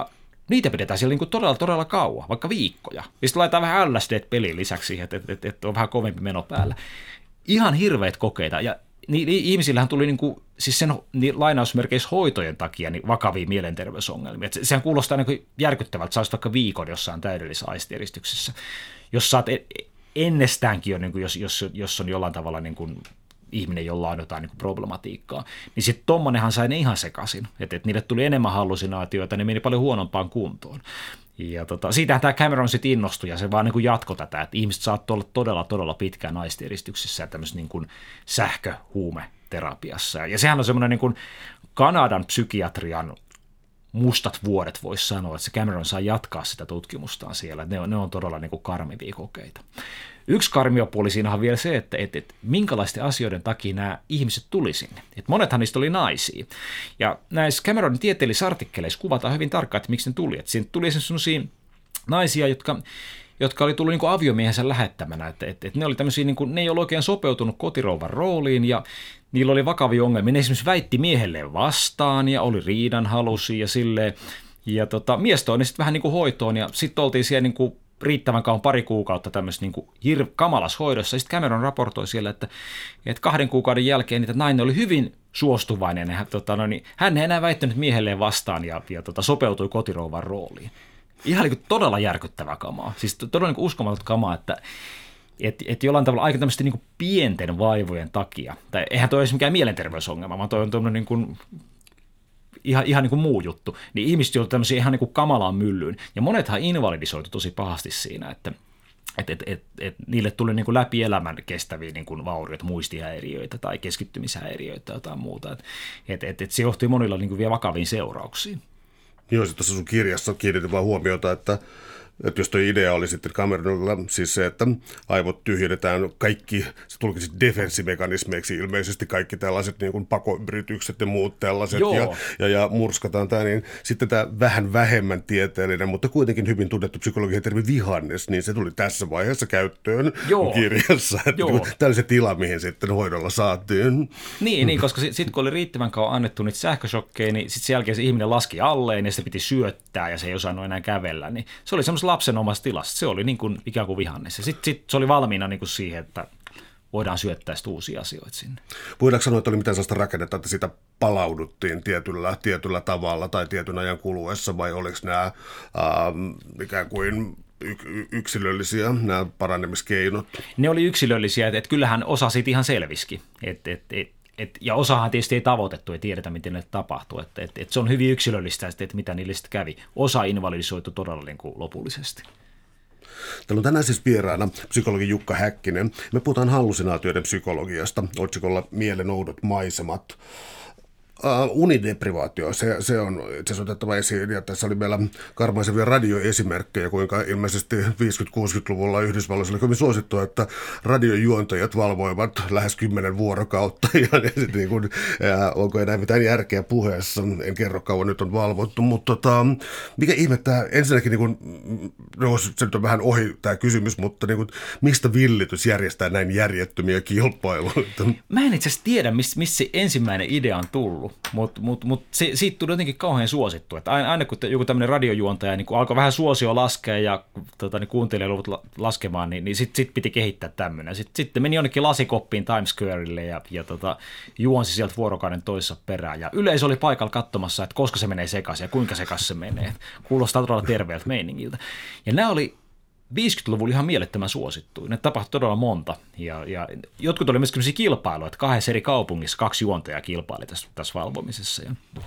niitä pidetään siellä niin kuin todella, todella kauan, vaikka viikkoja. Ja sitten laitetaan vähän LSD-peliin lisäksi siihen, että on vähän kovempi meno päällä. Ihan hirveät kokeita. Ja ihmisillähän tuli siis sen lainausmerkeissä hoitojen takia niin vakavia mielenterveysongelmia. Sehän kuulostaa niin järkyttävältä, sä olisit vaikka viikon jossain täydellisessä aistieristyksessä. Jos sä oot ennestäänkin jo, niin kuin jos on jollain tavalla niin kuin ihminen, jolla on jotain niin kuin problematiikkaa, niin sitten tommonenhan sai ne ihan sekaisin. Että niille tuli enemmän hallusinaatioita, ne meni paljon huonompaan kuntoon. Ja siitähän tämä Cameron sitten innostui, ja se vaan niin kuin jatkoi tätä, että ihmiset saattoi olla todella, todella pitkään aistieristyksessä ja tämmöisessä niin kuin sähköhuumeterapiassa. Ja sehän on semmoinen niin kuin Kanadan psykiatrian mustat vuodet, voisi sanoa, että se Cameron saa jatkaa sitä tutkimustaan siellä. Ne on todella niin kuin karmivia kokeita. Yksi karmiopuoli siinä on vielä se, että minkälaisten asioiden takia nämä ihmiset tuli sinne. Et monethan niistä oli naisia. Ja näissä Cameronin tieteellisissä artikkeleissa kuvataan hyvin tarkkaan, että miksi ne tuli. Siinä tuli esimerkiksi sellaisia naisia, jotka oli tullut niin kuin aviomiehensä lähettämänä. Että ne oli tämmöisiä, niin kuin, ne ei ole oikein sopeutunut kotirouvan rooliin ja niillä oli vakavia ongelmia. Ne esimerkiksi väitti miehelleen vastaan ja oli riidanhalusia ja silleen. Ja mies toi ne sitten vähän niin kuin hoitoon ja sitten oltiin siellä niin kuin riittävän kauan 2 kuukautta tämmöisessä niin kuin kamalas hoidossa. Sitten Cameron raportoi siellä, että 2 kuukauden jälkeen että nainen oli hyvin suostuvainen. Hän ei enää väittänyt miehelleen vastaan ja sopeutui kotirouvan rooliin. Ihan niin kuin todella järkyttävää kamaa. Siis todella niin kuin uskomatonta kamaa, että jollain tavalla aika tämmöisten niin kuin pienten vaivojen takia. Tai eihän toi ole mikään mielenterveysongelma, vaan toi on tämmöinen niin kuin ihan niin kuin muu juttu, niin ihmiset joutuivat tämmöisiin ihan niin kuin kamalaan myllyyn. Ja monethan invalidisoitu tosi pahasti siinä, että niille tuli niin kuin läpi elämän kestäviä niin kuin vaurioita, muistihäiriöitä tai keskittymishäiriöitä tai jotain muuta. Että se johtui monilla niin kuin vielä vakaviin seurauksiin. Joo, sitten tuossa sun kirjassa kiinnitin vaan huomiota, että jos tuo idea oli sitten Cameronilla, siis se, että aivot tyhjennetään kaikki, se tulkisi defenssimekanismeiksi ilmeisesti kaikki tällaiset niin kuin pakoyritykset ja muut tällaiset ja murskataan tämä, niin sitten tämä vähän vähemmän tieteellinen, mutta kuitenkin hyvin tunnettu psykologian termi vihannes, niin se tuli tässä vaiheessa käyttöön kirjassa. Tämä oli se tila, mihin sitten hoidolla saatiin. Niin koska sitten kun oli riittävän kauan annettu niitä sähköshokkeja, niin sitten sen jälkeen se ihminen laski alleen ja se piti syöttää ja se ei osannut enää kävellä, niin se oli semmoista lapsen omassa tilassa. Se oli niin kuin ikään kuin vihannes. Ja sitten se oli valmiina niin kuin siihen, että voidaan syöttää uusia asioita sinne. Voidaanko sanoa, että oli mitään sellaista rakennetta, että sitä palauduttiin tietyllä tavalla tai tietyn ajan kuluessa, vai oliko nämä ikään kuin yksilöllisiä, nämä paranemiskeinot? Ne oli yksilöllisiä, että kyllähän osa siitä ihan selvisikin. Ja osahan tietysti ei tavoitettu, ei tiedetä, miten ne tapahtuu. Että se on hyvin yksilöllistä, että mitä niille sitten kävi. Osa invalidisoitu todella niin kuin lopullisesti. Täällä on tänään siis vieraana psykologi Jukka Häkkinen. Me puhutaan hallusinaatioiden psykologiasta otsikolla Mielen oudot maisemat. Unideprivaatio, se on itse asiassa otettava esiin, ja tässä oli meillä karmaisevia radioesimerkkejä, kuinka ilmeisesti 50-60-luvulla Yhdysvalloissa oli hyvin suosittua, että radiojuontajat valvoivat lähes 10 vuorokautta, ja sitten niin kuin, onko enää mitään järkeä puheessa, en kerro kauan nyt on valvottu, mutta mikä ihmettää, ensinnäkin, niin kuin, se nyt on vähän ohi tämä kysymys, mutta niin kuin, mistä villitys järjestää näin järjettömiä kilpailuita? Mä en itse asiassa tiedä, mistä se ensimmäinen idea on tullut. Mutta siitä tuli jotenkin kauhean suosittu, että aina kun joku tämmöinen radiojuontaja niin kun alkoi vähän suosio laskea ja niin kuuntelijaluvut laskemaan, niin sit piti kehittää tämmöinen. Sitten meni jonnekin lasikoppiin Times Squarelle ja juonsi sieltä vuorokauden toisessa perään. Ja yleisö oli paikalla katsomassa, että koska se menee sekaisin ja kuinka sekaisin se menee. Kuulostaa todella terveeltä meiningiltä. Ja nämä oli 50-luvulla ihan mielettömän suosittuja. Ne tapahtui todella monta. Ja jotkut oli myös sellaisia kilpailuja, että 2 eri kaupungissa 2 juontajaa kilpaili tässä valvomisessa.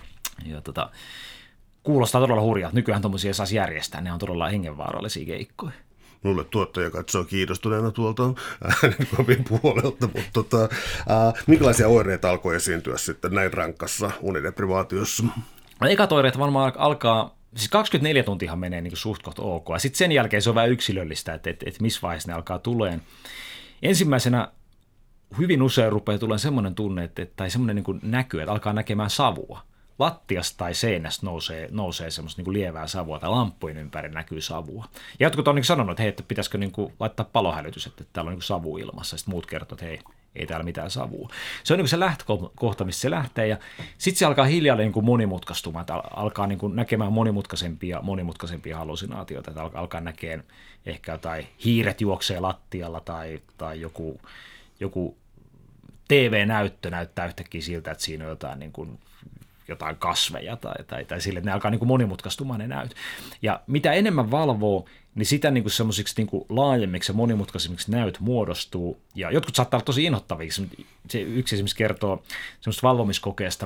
Kuulostaa todella hurjalta. Nykyään tuommoisia saisi järjestää. Ne on todella hengenvaarallisia keikkoja. Mulle tuottaja katsoo kiinnostuneena tuolta äänenkopin puolelta, mutta minkälaisia oireita alkoi esiintyä sitten näin rankkassa unideprivaatiossa? Ekat oireet varmaan alkaa. Siis 24 tuntihan menee niin suht kohta ok, ja sitten sen jälkeen se on vähän yksilöllistä, että missä vaiheessa ne alkaa tuleen. Ensimmäisenä hyvin usein rupeaa tulemaan semmoinen tunne, tai semmoinen niin kuin näky, että alkaa näkemään savua. Lattiasta tai seinästä nousee semmoista niin kuin lievää savua, tai lamppujen ympäri näkyy savua. Ja jotkut on niin sanonut, että hei, että pitäisikö niin kuin laittaa palohälytys, että täällä on niin kuin savu ilmassa, ja sitten muut kertoo, että hei, ei täällä mitään savua. Se on niin kuin se lähtökohta, missä se lähtee, ja sitten se alkaa hiljalleen niin kuin monimutkaistumaan, että alkaa niin kuin näkemään monimutkaisempia hallusinaatioita, että alkaa näkemään ehkä jotain hiiret juoksee lattialla tai joku TV-näyttö näyttää yhtäkkiä siltä, että siinä on jotain niin kuin jotain kasveja tai sille, että ne alkaa niin kuin monimutkaistumaan ne näyt. Ja mitä enemmän valvoo, niin sitä niin kuin semmoisiksi niin kuin laajemmiksi ja monimutkaisemmiksi näyt muodostuu. Ja jotkut saattaa olla tosi inhottaviksi. Se yksi esimerkiksi kertoo semmoista valvomiskokeesta,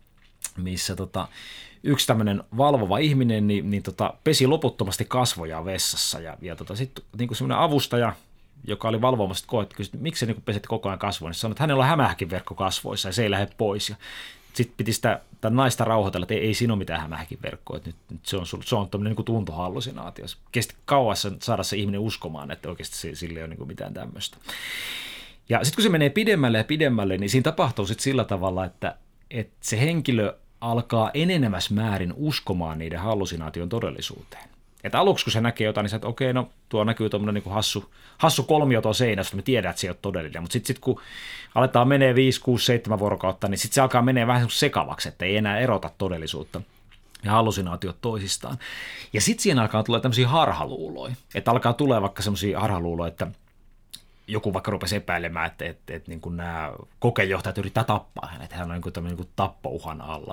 missä yksi tämmöinen valvova ihminen pesi loputtomasti kasvoja vessassa. Ja sitten niin semmoinen avustaja, joka oli valvomassa koetta, kysyi, että miksi se niin pesit koko ajan kasvoja, niin sanoi, että hänellä on hämähäkinverkko kasvoissa ja se ei lähde pois. Ja sitten piti sitä naista rauhoitella, että ei siinä ole mitään hämähäkinverkkoa, että nyt se on tämmöinen niin tuntohallusinaatio. Kesti kauassa saada se ihminen uskomaan, että oikeasti sillä ei ole niin mitään tämmöistä. Ja sitten kun se menee pidemmälle ja pidemmälle, niin siinä tapahtuu sitten sillä tavalla, että se henkilö alkaa enenevässä määrin uskomaan niiden hallusinaation todellisuuteen. Että aluksi kun se näkee jotain, niin sä, että okei, no tuo näkyy tuommoinen niin hassu kolmio tuo seinästä, me tiedät, että se ei ole todellinen. Mutta sitten kun aletaan menee 5, 6, 7 vuorokautta, niin sitten se alkaa menee vähän sekavaksi, että ei enää erota todellisuutta ja hallusinaatiot toisistaan. Ja sitten siinä alkaa tulla tämmöisiä harhaluuloja. Että alkaa tulla vaikka semmoisia harhaluuloja, että joku vaikka rupesi epäilemään, että niin kuin nämä kokejohtajat yrittää tappaa hänet, että hän on niin kuin tappouhan alla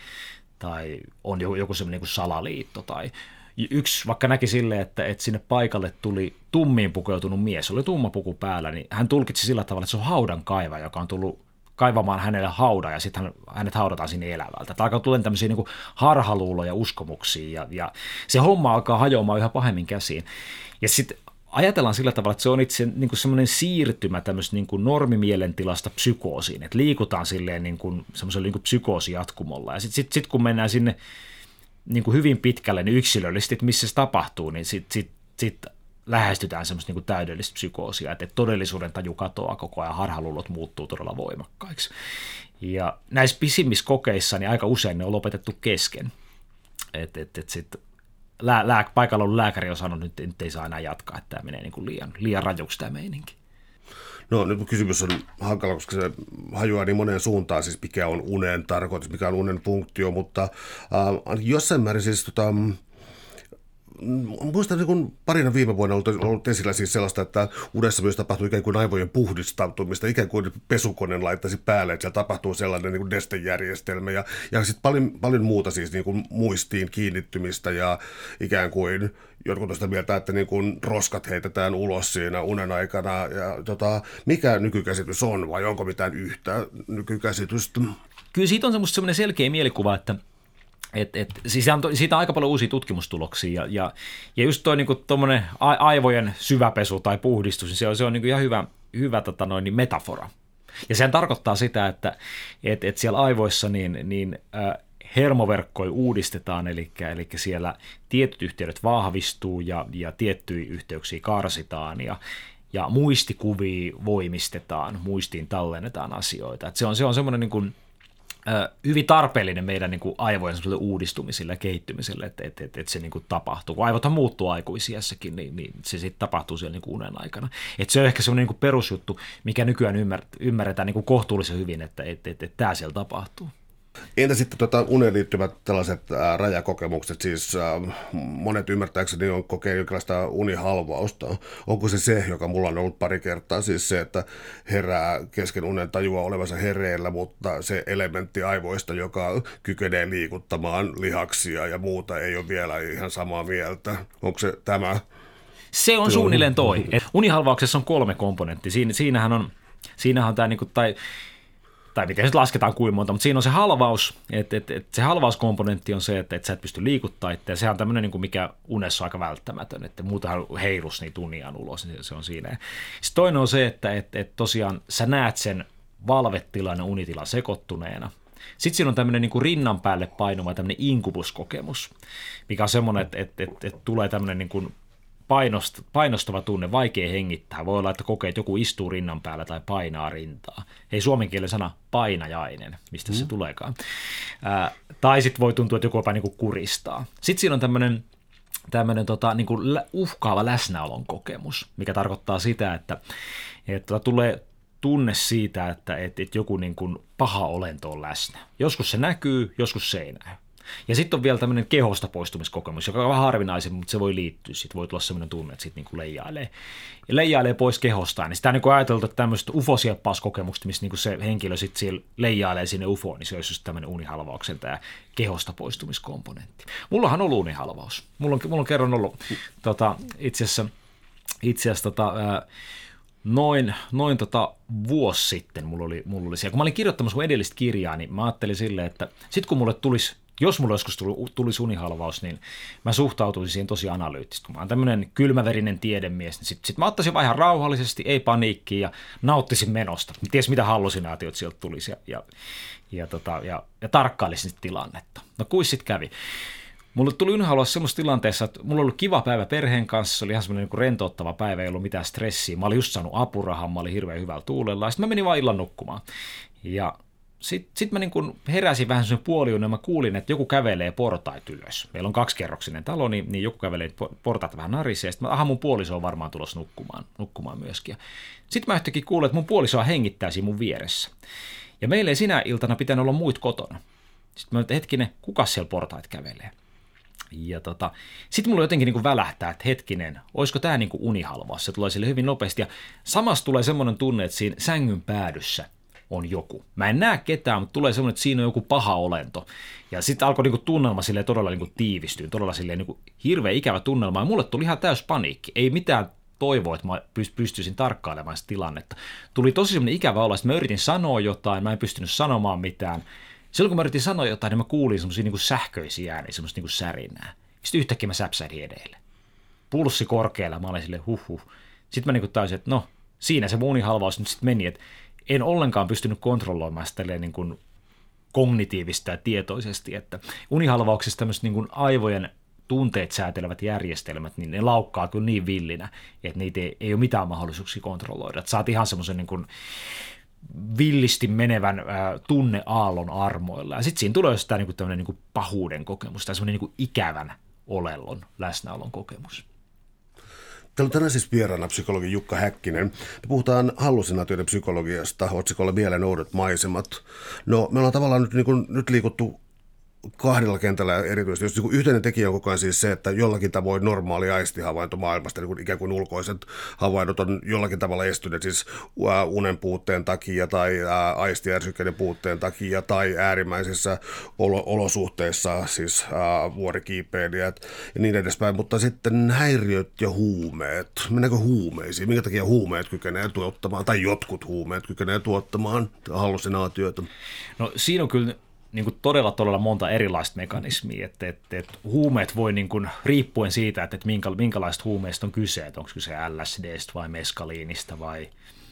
tai on joku semmoinen niin kuin salaliitto tai yksi vaikka näki silleen, että sinne paikalle tuli tummiin pukeutunut mies, oli tumma puku päällä, niin hän tulkitsi sillä tavalla, että se on haudan kaiva, joka on tullut kaivamaan hänelle haudan ja sitten hänet haudataan sinne elävältä. Tämä alkaa tulla tämmöisiä niin kuin harhaluuloja, uskomuksia ja se homma alkaa hajoamaan yhä pahemmin käsiin. Ja sitten ajatellaan sillä tavalla, että se on itse niin kuin semmoinen siirtymä tämmöistä niin kuin normimielentilasta psykoosiin, että liikutaan silleen niin kuin semmoisella niin kuin psykoosijatkumolla ja sitten kun mennään sinne niin kuin hyvin pitkälle niin yksilöllisesti, että missä se tapahtuu, niin sitten lähestytään semmoista niin kuin täydellistä psykoosia, että todellisuuden taju katoaa koko ajan, harhaluulot muuttuu todella voimakkaiksi. Ja näissä pisimmissä kokeissa niin aika usein ne on lopetettu kesken. Sitten paikalla ollut lääkäri on sanonut, että nyt ei saa enää jatkaa, että tämä menee niin kuin liian rajuksi tämä meininki. No nyt kysymys on hankala, koska se hajoaa niin moneen suuntaan, siis mikä on unen tarkoitus, mikä on unen funktio, mutta jossain määrin siis muistan, että kun parina viime vuonna on ollut esillä siis sellaista, että unessa myös tapahtuu ikään kuin aivojen puhdistautumista, ikään kuin pesukoneen laittaisi päälle, että siellä tapahtuu sellainen niin kuin nestejärjestelmä ja sitten paljon muuta siis niin kuin muistiin kiinnittymistä ja ikään kuin jotkut on sitä mieltä, että niin kuin roskat heitetään ulos siinä unen aikana. Ja mikä nykykäsitys on vai onko mitään yhtä nykykäsitystä? Kyllä siitä on semmoinen selkeä mielikuva, että siitä on aika paljon uusia tutkimustuloksia ja just toi niinku tommonen aivojen syväpesu tai puhdistus, niin se on niinku ihan hyvä metafora. Ja sehän tarkoittaa sitä, että siellä aivoissa niin hermoverkkoja uudistetaan, eli siellä tietyt yhteydet vahvistuu ja tiettyjä yhteyksiä karsitaan ja muistikuvia voimistetaan, muistiin tallennetaan asioita. Et se on semmoinen niin kuin hyvin tarpeellinen meidän niin kuin aivojen uudistumiselle ja kehittymiselle, että se niin kuin tapahtuu. Kun aivothan muuttuu aikuisiässäkin, niin se sitten tapahtuu siellä niin kuin unen aikana. Et se on ehkä semmoinen niin kuin perusjuttu, mikä nykyään ymmärretään niin kuin kohtuullisen hyvin, että tämä siellä tapahtuu. Entä sitten uneen liittyvät tällaiset rajakokemukset, siis monet ymmärtääkseni on kokeillut jonkinlaista unihalvausta. Onko se, joka mulla on ollut pari kertaa, siis se, että herää kesken unen tajua olevansa hereillä, mutta se elementti aivoista, joka kykenee liikuttamaan lihaksia ja muuta, ei ole vielä ihan samaa mieltä. Onko se tämä? Se on suunnilleen toi. Unihalvauksessa on 3 komponenttia. Siinähän on tämä niinku, tai miten se lasketaan kuin monta, mutta siinä on se halvaus, että se halvauskomponentti on se, että sä et pysty liikuttaa itseä. Sehän on tämmöinen, niin kuin mikä unessa on aika välttämätön, että muutenhan heilus niitä uniaan ulos, niin se on siinä. Sitten toinen on se, että tosiaan sä näet sen valvetilan ja unitilan sekoittuneena. Sitten siinä on tämmöinen niin kuin rinnan päälle painuva tämmöinen inkubuskokemus, mikä on semmoinen, että tulee tämmöinen niin kuin painostava tunne, vaikea hengittää. Voi olla, että kokee, että joku istuu rinnan päällä tai painaa rintaa. Ei suomen kielen sana painajainen, mistä se tuleekaan. Tai sitten voi tuntua, että joku jopa niin kuin kuristaa. Sitten siinä on tämmöinen niin kuin uhkaava läsnäolon kokemus, mikä tarkoittaa sitä, että tulee tunne siitä, että joku niin kuin paha olento on läsnä. Joskus se näkyy, joskus se ei näy. Ja sitten on vielä tämmöinen kehosta poistumiskokemus, joka on vähän harvinaisempi, mutta se voi liittyä. Sitten voi tulla semmoinen tunne, että sitten niin leijailee pois kehostaan. Niin sitä on niin ajateltu, että tämmöistä ufosieppauskokemusta, missä niin se henkilö sitten siellä leijailee sinne ufoon, niin se olisi just tämmöinen unihalvauksen tämä kehosta poistumiskomponentti. Mullahan on ollut unihalvaus. Mulla on kerran ollut itse asiassa noin vuosi sitten mulla oli siellä. Kun mä olin kirjoittamassa mun edellistä kirjaa, niin mä ajattelin silleen, että sit kun jos mulla joskus tulisi unihalvaus, niin mä suhtautuisin siihen tosi analyyttisesti. Kun mä oon tämmöinen kylmäverinen tiedemies, niin sit mä ottaisin vaan ihan rauhallisesti, ei paniikkiin ja nauttisin menosta. Ties mitä hallusinaatiot sieltä tulisi ja tarkkailisin tilannetta. No kuis sit kävi? Mulle tuli unihalvaus semmoisessa tilanteessa, että mulla oli kiva päivä perheen kanssa, se oli ihan semmoinen niin rentouttava päivä, ei ollut mitään stressiä. Mä olin just saanut apurahan, mä olin hirveän hyvällä tuulella, ja sitten mä menin vaan illan nukkumaan. Ja sitten mä niin kun heräsin vähän semmoisen puoliunen, ja mä kuulin, että joku kävelee portait ylös. Meillä on 2-kerroksinen talo, niin joku kävelee portaita vähän narisee, ja sitten mun puoliso on varmaan tulossa nukkumaan myöskin. Sitten mä yhtäkkiä kuulin, että mun puolisoa hengittää siinä mun vieressä. Ja meillä ei sinä iltana pitänyt olla muut kotona. Sitten mä että hetkinen, kuka siellä portait kävelee? Ja sitten mulla jotenkin niin välähtää, että hetkinen, olisiko tämä niin unihalvaus? Se tulee sille hyvin nopeasti ja samassa tulee semmoinen tunne, että siinä sängyn päädyssä on joku. Mä en näe ketään, mutta tulee semmoinen, että siinä on joku paha olento. Ja sitten alkoi niin tunnelma silleen todella niin tiivistyä, todella silleen niin hirveän ikävä tunnelma. Ja mulle tuli ihan täys paniikki. Ei mitään toivoa, että mä pystyisin tarkkailemaan sitä tilannetta. Tuli tosi semmoinen ikävä olo, että mä yritin sanoa jotain, mä en pystynyt sanomaan mitään. Silloin kun mä yritin sanoa jotain, niin mä kuulin semmoisia niin sähköisiä ääniä, semmoista niin särinää. Sitten yhtäkkiä mä säpsähdin edelle. Pulssi korkealla, mä olin silleen huh. Sitten mä niin tajusin, että no, siinä se mun unihalvaus nyt sitten meni, että en ollenkaan pystynyt kontrolloimaan sitä niin kuin kognitiivista ja tietoisesti, että unihalvauksessa tämmöiset niin kuin aivojen tunteet säätelevät järjestelmät, niin ne laukkaa kyllä niin villinä, että niitä ei ole mitään mahdollisuuksia kontrolloida. Että saat ihan semmoisen niin kuin villisti menevän tunneaallon armoilla. Ja sitten siinä tulee jostain niin tämmöinen niin pahuuden kokemus tai semmoinen niin ikävän olellon, läsnäolon kokemus. Täällä on tänään siis vieraana psykologi Jukka Häkkinen. Me puhutaan hallusinaatioiden psykologiasta otsikolla Mielen oudot maisemat. No, me ollaan tavallaan nyt liikuttu kahdella kentällä erityisesti. Jos niin yhteinen tekijä on koko ajan siis se, että jollakin tavoin normaali aistihavainto maailmasta, niin ikään kuin ulkoiset havainnot on jollakin tavalla estyneet, siis unen puutteen takia tai aistijärsykkeiden puutteen takia tai äärimmäisissä olosuhteissa, siis vuorikiipeilijät ja niin edespäin. Mutta sitten häiriöt ja huumeet, mennäänkö huumeisiin? Minkä takia huumeet kykenee tuottamaan, tai jotkut huumeet kykenee tuottamaan hallusinaatioita? No siinä on kyllä niin kuin todella monta erilaista mekanismia, että huumeet voi niin kuin, riippuen siitä, että minkälaista huumeista on kyse, että onko kyse LSDstä vai meskaliinista vai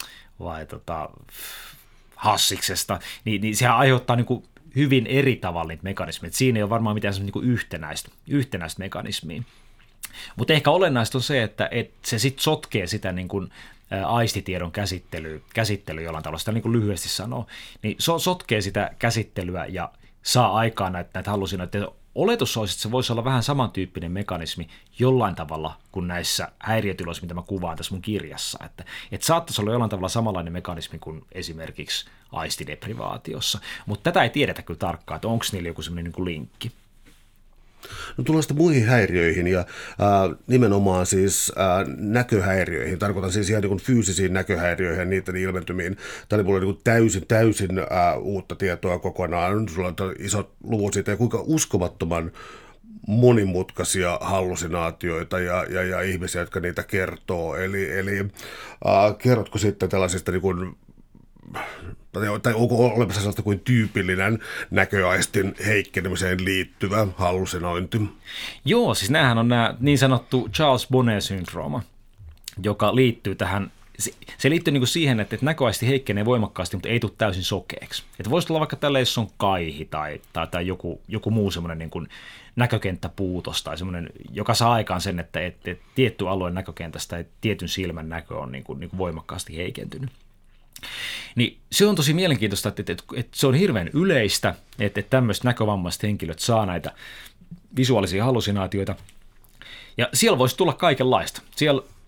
hassiksesta, niin sehän aiheuttaa niin kuin hyvin eri tavalla niitä mekanismeja. Siinä ei ole varmaan mitään niin kuin yhtenäistä mekanismia. Mutta ehkä olennaista on se, että se sitten sotkee sitä niin kuin aistitiedon käsittely jollain tavalla, sitä niin kuin lyhyesti sanoo, niin sotkee sitä käsittelyä ja saa aikaan näitä hallusinoita. Oletus olisi, että se voisi olla vähän samantyyppinen mekanismi jollain tavalla kuin näissä häiriötiloissa, mitä mä kuvaan tässä mun kirjassa. Että saattaisi olla jollain tavalla samanlainen mekanismi kuin esimerkiksi aistideprivaatiossa, mutta tätä ei tiedetä kyllä tarkkaan, että onko niillä joku semmoinen niin kuin linkki. No tullaan sitten muihin häiriöihin ja nimenomaan siis näköhäiriöihin. Tarkoitan siis ihan niin kuin fyysisiin näköhäiriöihin ja niiden ilmentymiin. Tämä oli mulle niin kuin täysin uutta tietoa kokonaan. Sulla on isot luvut siitä ja kuinka uskomattoman monimutkaisia hallusinaatioita ja ihmisiä, jotka niitä kertoo. Eli kerrotko sitten tällaisista niin kuin tai onko olemassa sellaista kuin tyypillinen näköaistin heikkenemiseen liittyvä hallusinointi? Joo, siis näähän on nämä niin sanottu Charles Bonnet-syndrooma, joka liittyy tähän, se liittyy niin kuin siihen, että näköaisti heikkenee voimakkaasti, mutta ei tule täysin sokeeksi. Että voisi olla vaikka tällä, jos on kaihi tai joku muu semmoinen niin kuin näkökenttäpuutos tai semmoinen, joka saa aikaan sen, että tietty alueen näkökentästä tai tietyn silmän näkö on niin kuin voimakkaasti heikentynyt. Niin se on tosi mielenkiintoista, että se on hirveän yleistä, että tämmöiset näkövammaiset henkilöt saa näitä visuaalisia hallusinaatioita. Ja siellä voisi tulla kaikenlaista. Siellä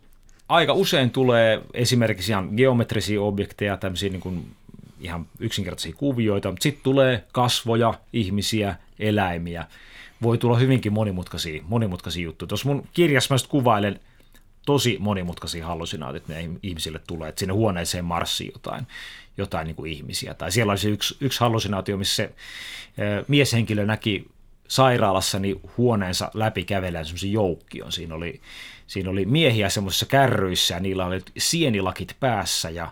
aika usein tulee esimerkiksi ihan geometrisia objekteja, tämmöisiä niin kuin ihan yksinkertaisia kuvioita, mutta sitten tulee kasvoja, ihmisiä, eläimiä. Voi tulla hyvinkin monimutkaisia juttuja. Tuossa mun kirjassa mä kuvailen tosi monimutkaisia hallusinaatioita, mitä ihmisille tulee, että sinne huoneeseen marssii jotain niin kuin ihmisiä. Tai siellä oli se yksi hallusinaatio, missä se mieshenkilö näki sairaalassa niin huoneensa läpi kävellen semmoisen joukkion. Siinä oli miehiä semmoisissa kärryissä ja niillä oli sienilakit päässä ja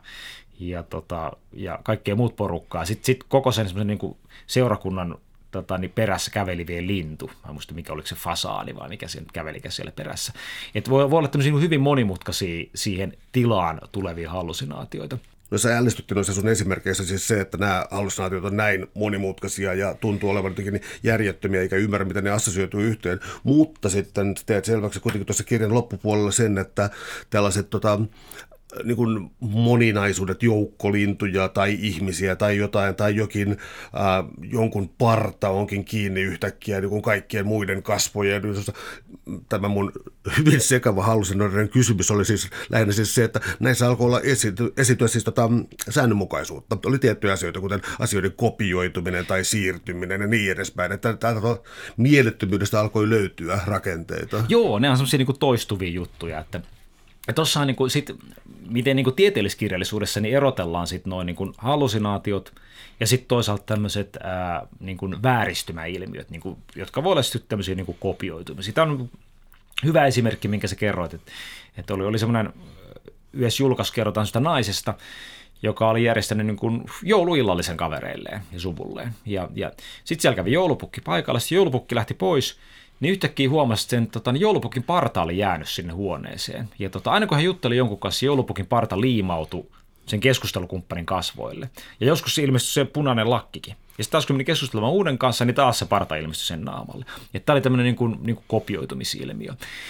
kaikkea muut porukkaa. Sitten koko sen semmoisen niin kuin seurakunnan niin perässä käveli vielä lintu. Mä en muista, mikä oliko se fasaani vai mikä siellä kävelikään siellä perässä. Et voi olla tämmöisiä hyvin monimutkaisia siihen tilaan tulevia hallusinaatioita. No sä ällistytti noissa sun esimerkkeissä siis se, että nämä hallusinaatiot on näin monimutkaisia ja tuntuu olevan jotenkin järjettömiä eikä ymmärrä, miten ne assosioituu yhteen. Mutta sitten teet selväksi kuitenkin tuossa kirjan loppupuolella sen, että tällaiset niin kuin moninaisuudet, joukkolintuja tai ihmisiä tai jotain, tai jonkun parta onkin kiinni yhtäkkiä niin kuin kaikkien muiden kasvojen. Tämä mun hyvin sekava hallusinoiden kysymys oli siis lähinnä siis se, että näissä alkoi olla esityä siis säännönmukaisuutta. Oli tiettyjä asioita, kuten asioiden kopioituminen tai siirtyminen ja niin edespäin. Että täältä mielettömyydestä alkoi löytyä rakenteita. Joo, ne on semmoisia niin kuin toistuvia juttuja, että tuossa on niin kuin miten niin kuin tieteellisessä kirjallisuudessa niin erotellaan sit noin niin kuin hallusinaatiot ja sitten toisaalta tämmöiset niin kuin vääristymäilmiöt, niin kuin, jotka voi olla sitten tämmöisiä niin kuin kopioitumisia. Tämä on hyvä esimerkki, minkä sä kerroit, että oli semmoinen yhdessä julkaisu kerrotaan sitä naisesta, joka oli järjestänyt niin kuin jouluillallisen kavereilleen ja suvulleen. Ja sitten siellä kävi joulupukki paikalla, sitten joulupukki lähti pois, niin yhtäkkiä huomasi, että sen joulupukin parta oli jäänyt sinne huoneeseen. Ja aina kun hän jutteli jonkun kanssa, joulupukin parta liimautui sen keskustelukumppanin kasvoille. Ja joskus ilmestyi se punainen lakkikin. Ja sitten taas kun meni keskustelemaan uuden kanssa, niin taas se parta ilmestyi sen naamalle. Ja tämä oli tämmöinen niin kuin kopioitumisilmiö.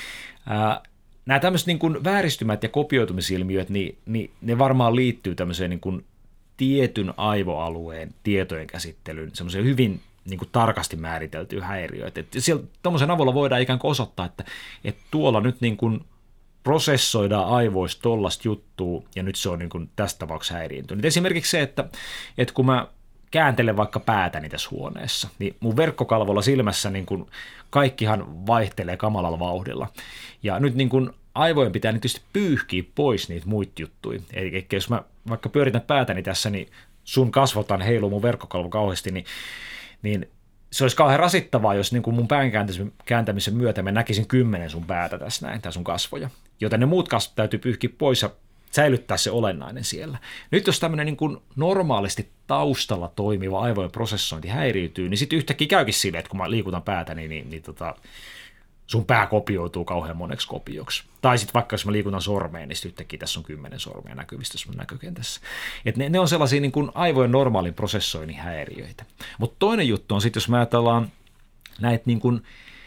Nämä tämmöiset niin kuin vääristymät ja kopioitumisilmiöt, niin ne varmaan liittyy tämmöiseen niin kuin tietyn aivoalueen tietojen käsittelyyn, semmoiseen hyvin niin kuin tarkasti määriteltyä häiriöitä. Tuommoisen avulla voidaan ikään kuin osoittaa, että tuolla nyt niin kuin prosessoidaan aivoista tollaista juttua, ja nyt se on niin kuin tässä tapauksessa häiriintynyt. Esimerkiksi se, että kun mä kääntelen vaikka päätäni tässä huoneessa, niin mun verkkokalvolla silmässä niin kuin kaikkihan vaihtelee kamalalla vauhdilla. Ja nyt niin kuin aivojen pitää tietysti pyyhkiä pois niitä muita juttuja. Eli jos mä vaikka pyöritän päätäni tässä, niin sun kasvotan heiluu mun verkkokalvo kauheasti, niin se olisi kauhean rasittavaa, jos niin kuin mun pään kääntämisen myötä mä näkisin 10 sun päätä tässä näin, tai sun kasvoja. Joten ne muut kasvot täytyy pyyhkiä pois ja säilyttää se olennainen siellä. Nyt jos tämmöinen niin kuin normaalisti taustalla toimiva aivojen prosessointi häiriytyy, niin sitten yhtäkkiä käykin silleen, että kun mä liikutan päätä, niin sun pää kopioituu kauhean moneksi kopioksi. Tai sitten vaikka jos mä liikutan sormeen, niin sitten yhtäkkiä tässä on 10 sormea näkyvistä sun näkökentässä. Et ne on sellaisia niin kuin aivojen normaalin prosessoinnin häiriöitä. Mutta toinen juttu on sitten, jos mä ajatellaan näitä niin kuin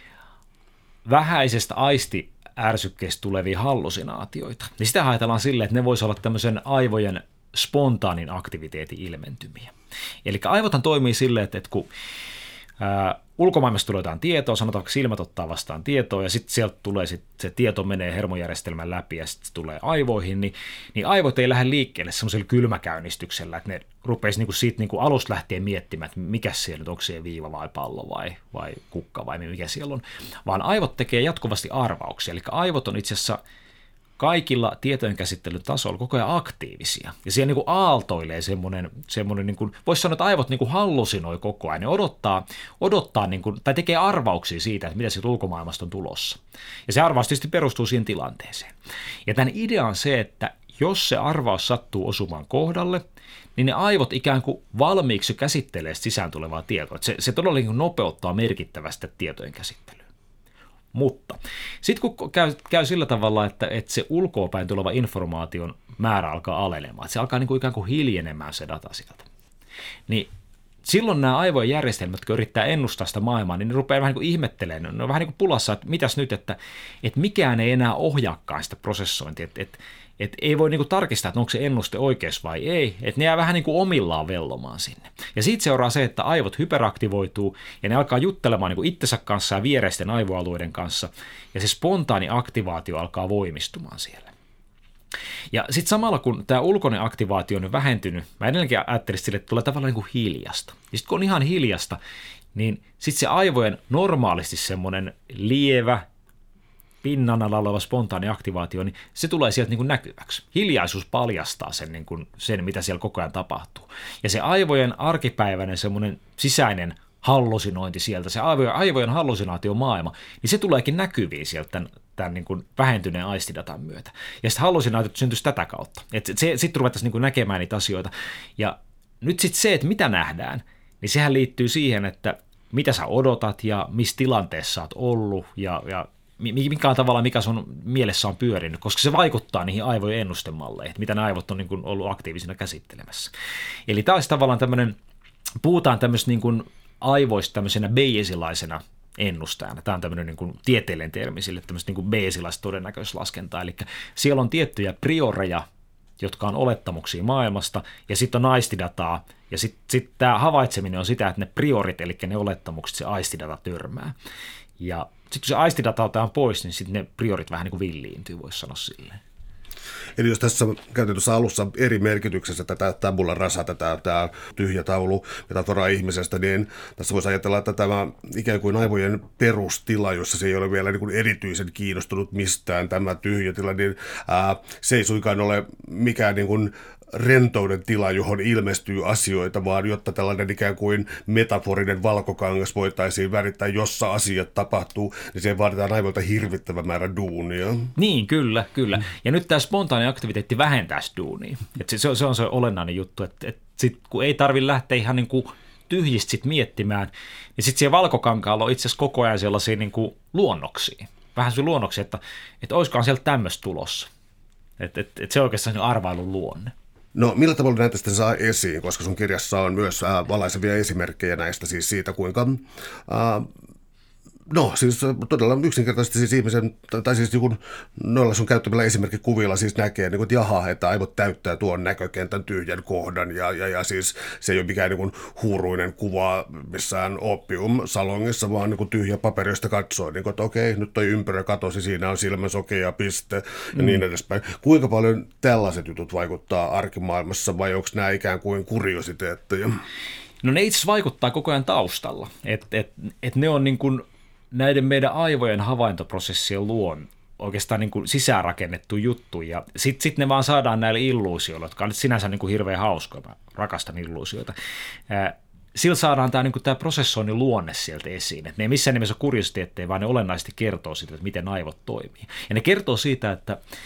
vähäisestä aistiärsykkeestä tulevia hallusinaatioita, niin sitä ajatellaan silleen, että ne voisi olla tämmöisen aivojen spontaanin aktiviteetin ilmentymiä. Eli aivothan toimii silleen, että kun ulkomaailmasta tulee jotain tietoa, sanotaan vaikka silmät ottaa vastaan tietoa, ja sitten sieltä tulee se tieto menee hermojärjestelmän läpi, ja sitten se tulee aivoihin, niin aivot ei lähde liikkeelle semmoisella kylmäkäynnistyksellä, että ne rupeisi niinku siitä niinku alusta lähtien miettimään, että mikä siellä nyt, onko siellä viiva vai pallo vai kukka vai mikä siellä on, vaan aivot tekee jatkuvasti arvauksia, eli aivot on itse asiassa kaikilla tietojenkäsittelyn tasolla koko ajan aktiivisia. Ja siellä niin kuin aaltoilee semmoinen niin kuin, voisi sanoa, että aivot niin kuin hallusinoi koko ajan. Ne odottaa niin kuin, tai tekee arvauksia siitä, että mitä siitä ulkomaailmasta on tulossa. Ja se arvaus tietysti perustuu siihen tilanteeseen. Ja tämän idea on se, että jos se arvaus sattuu osumaan kohdalle, niin ne aivot ikään kuin valmiiksi käsittelee sisään tulevaa tietoa. Se todella niin nopeuttaa merkittävästi tietojen käsittelyä. Mutta sitten kun käy sillä tavalla, että se ulkoapäin tuleva informaation määrä alkaa alenemaan, että se alkaa niin kuin ikään kuin hiljenemään se data sieltä, niin silloin nämä aivojen järjestelmät, jotka yrittää ennustaa sitä maailmaa, niin ne rupeaa vähän niin kuin ihmettelemään. Ne on vähän niin kuin pulassa, että mitäs nyt, että mikään ei enää ohjaakaan sitä prosessointia, että ei voi niin kuin tarkistaa, että onko se ennuste oikeassa vai ei, että ne jää vähän niin kuin omillaan vellomaan sinne. Ja siitä seuraa se, että aivot hyperaktivoituu ja ne alkaa juttelemaan niin kuin itsensä kanssa ja viereisten aivoalueiden kanssa, ja se spontaani aktivaatio alkaa voimistumaan siellä. Ja sitten samalla kun tämä ulkoinen aktivaatio on vähentynyt, mä edelleenkin ajattelin sille, että tulee tavallaan niin kuin hiljasta. Ja sitten kun on ihan hiljasta, niin sitten se aivojen normaalisti semmoinen lievä, pinnan alla oleva spontaani aktivaatio, niin se tulee sieltä niin kuin näkyväksi. Hiljaisuus paljastaa sen, mitä siellä koko ajan tapahtuu. Ja se aivojen arkipäiväinen semmoinen sisäinen hallusinointi sieltä, se aivojen hallusinaatiomaailma, niin se tuleekin näkyviin sieltä tämän niin kuin vähentyneen aistidatan myötä. Ja sitten hallusinaatiot syntyisi tätä kautta. Sitten ruvettaisiin niin kuin näkemään niitä asioita. Ja nyt sitten se, että mitä nähdään, niin sehän liittyy siihen, että mitä sä odotat ja missä tilanteessa sä oot ollut ja mikä on tavallaan, mikä sun mielessä on pyörinyt, koska se vaikuttaa niihin aivojen ennustemalleihin, mitä ne aivot on niin kuin ollut aktiivisina käsittelemässä. Eli tämä olisi tavallaan tämmöinen, puhutaan tämmöistä niin kuin aivoista tämmöisenä bayesilaisena ennustajana. Tämä on tämmöinen niin kuin tieteellinen termi sille, tämmöistä niin kuin bayesilaista todennäköislaskentaa. Eli siellä on tiettyjä prioreja, jotka on olettamuksia maailmasta, ja sitten on aistidataa, ja sitten tämä havaitseminen on sitä, että ne priorit, eli ne olettamukset, se aistidata törmää. Ja sitten kun se aistidata otetaan pois, niin sitten ne priorit vähän niin kuin villiintyy, voisi sanoa silleen. Eli jos tässä käytetään tuossa alussa eri merkityksessä tätä tabula rasa, tämä tyhjä taulu metafora ihmisestä, niin tässä voisi ajatella, että tämä ikään kuin aivojen perustila, jossa se ei ole vielä niin kuin erityisen kiinnostunut mistään, tämä tyhjä tila, niin se ei suinkaan ole mikään niin kuin rentouden tila, johon ilmestyy asioita, vaan jotta tällainen ikään kuin metaforinen valkokangas voitaisiin värittää, jossa asiat tapahtuu, niin siihen vaaditaan aivoilta hirvittävä määrä duunia. Niin, kyllä. Ja nyt tämä spontaani aktiviteetti vähentää duunia. Se on se olennainen juttu, että sit, kun ei tarvitse lähteä ihan niin kuin tyhjistä sit miettimään, niin sitten siellä valkokankaalla on itse asiassa koko ajan sellaisia niin kuin luonnoksia. Vähän sellaisia luonnoksia, että olisikohan sieltä tämmöistä tulossa. Että se on oikeastaan arvailun luonne. No millä tavalla näitä sitten saa esiin, koska sun kirjassa on myös valaisevia esimerkkejä näistä, siis siitä kuinka, siis todella yksinkertaisesti siis ihmisen, tai siis noilla sun käyttämillä esimerkkikuvilla siis näkee, niin kuin, että jaha, että aivot täyttää tuon näkökentän tyhjän kohdan, ja siis se ei ole mikään niin kuin huuruinen kuva missään opium-salongissa, vaan niin kuin tyhjä paperi, josta katsoo, niin kuin, että okei, nyt toi ympyrä katosi, siinä on silmän sokea piste, ja niin edespäin. Kuinka paljon tällaiset jutut vaikuttaa arkimaailmassa, vai onko nämä ikään kuin kuriositeetteja? No ne itse asiassa vaikuttaa koko ajan taustalla, että ne on niin kuin näiden meidän aivojen havaintoprosessien luon oikeastaan niin kuin sisäänrakennettu juttu, ja sitten ne vaan saadaan näille illuusioille, jotka on sinänsä niin kuin hirveän hauskoja, mä rakastan illuusioita. Sillä saadaan tämä, niin kuin tämä prosessoinnin luonne sieltä esiin, että ne ei missään nimessä ole kuriositeetteja, vaan ne olennaisesti kertoo siitä, että miten aivot toimii. Ja ne kertoo siitä,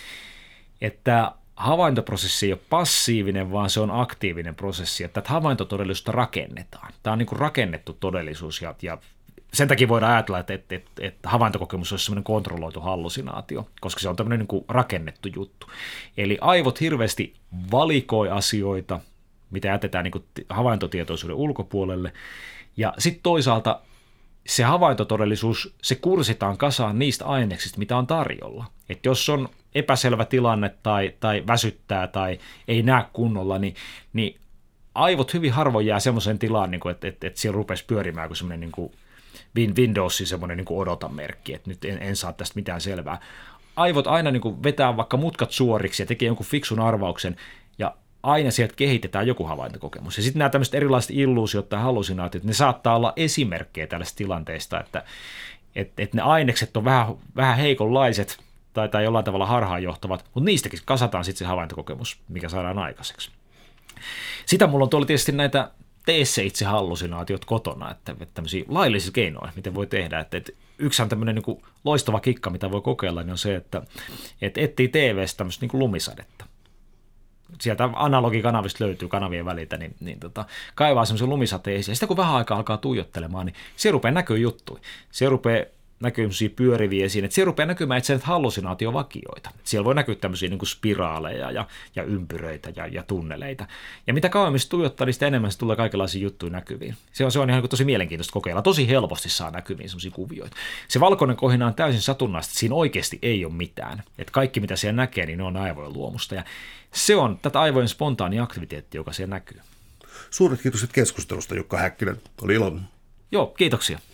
että havaintoprosessi ei ole passiivinen, vaan se on aktiivinen prosessi, että havaintotodellisuutta rakennetaan. Tämä on niin kuin rakennettu todellisuus, ja sen takia voidaan ajatella, että havaintokokemus olisi sellainen kontrolloitu hallusinaatio, koska se on tämmöinen niin kuin rakennettu juttu. Eli aivot hirveästi valikoi asioita, mitä jätetään niin kuin havaintotietoisuuden ulkopuolelle, ja sitten toisaalta se havaintotodellisuus, se kursitaan kasaan niistä aineksista, mitä on tarjolla. Että jos on epäselvä tilanne tai väsyttää tai ei näe kunnolla, niin aivot hyvin harvoin jää semmoiseen tilaan, niin että siellä rupesi pyörimään kuin semmoinen niin kuin Windowsin semmoinen niin kuin odotamerkki, että nyt en saa tästä mitään selvää. Aivot aina niin kuin vetää vaikka mutkat suoriksi ja tekee jonkun fiksun arvauksen, ja aina sieltä kehitetään joku havaintokokemus. Ja sitten nämä tämmöiset erilaiset illuusiot tai hallusinaatiot, ne saattaa olla esimerkkejä tällaisista tilanteista, että ne ainekset on vähän heikonlaiset tai jollain tavalla harhaanjohtavat, mutta niistäkin kasataan sitten se havaintokokemus, mikä saadaan aikaiseksi. Sitä mulla on tuolla tietysti näitä tee se itse hallusinaatiot kotona, että tämmöisiä laillisia keinoja, miten voi tehdä. Että yksi on tämmöinen niin kuin loistava kikka, mitä voi kokeilla, niin on se, että etsii TV:stä tämmöistä niin kuin lumisadetta. Sieltä analogikanavista löytyy kanavien väliltä, niin kaivaa semmoisen lumisateen esiin. Ja sitä kun vähän aikaa alkaa tuijottelemaan, niin se rupeaa näkyy juttuja. Se rupeaa näkyy semmoisia pyöriviä esiin, että siellä rupeaa näkymään itse hallusinaatiovakioita. Siellä voi näkyä tämmöisiä niin kuin spiraaleja ja ympyröitä ja tunneleita. Ja mitä kauemmin tuijottaa, niin sitä enemmän se tulee kaikenlaisia juttuja näkyviin. Se on ihan tosi mielenkiintoista kokeilla. Tosi helposti saa näkyviin semmoisia kuvioita. Se valkoinen kohina on täysin satunnaista, että siinä oikeasti ei ole mitään. Että kaikki, mitä siellä näkee, niin ne on aivojen luomusta. Ja se on tätä aivojen spontaani aktiviteetti, joka siellä näkyy. Suuret kiitokset keskustelusta, Jukka Häkkinen. Oli ilo. Joo, kiitoksia.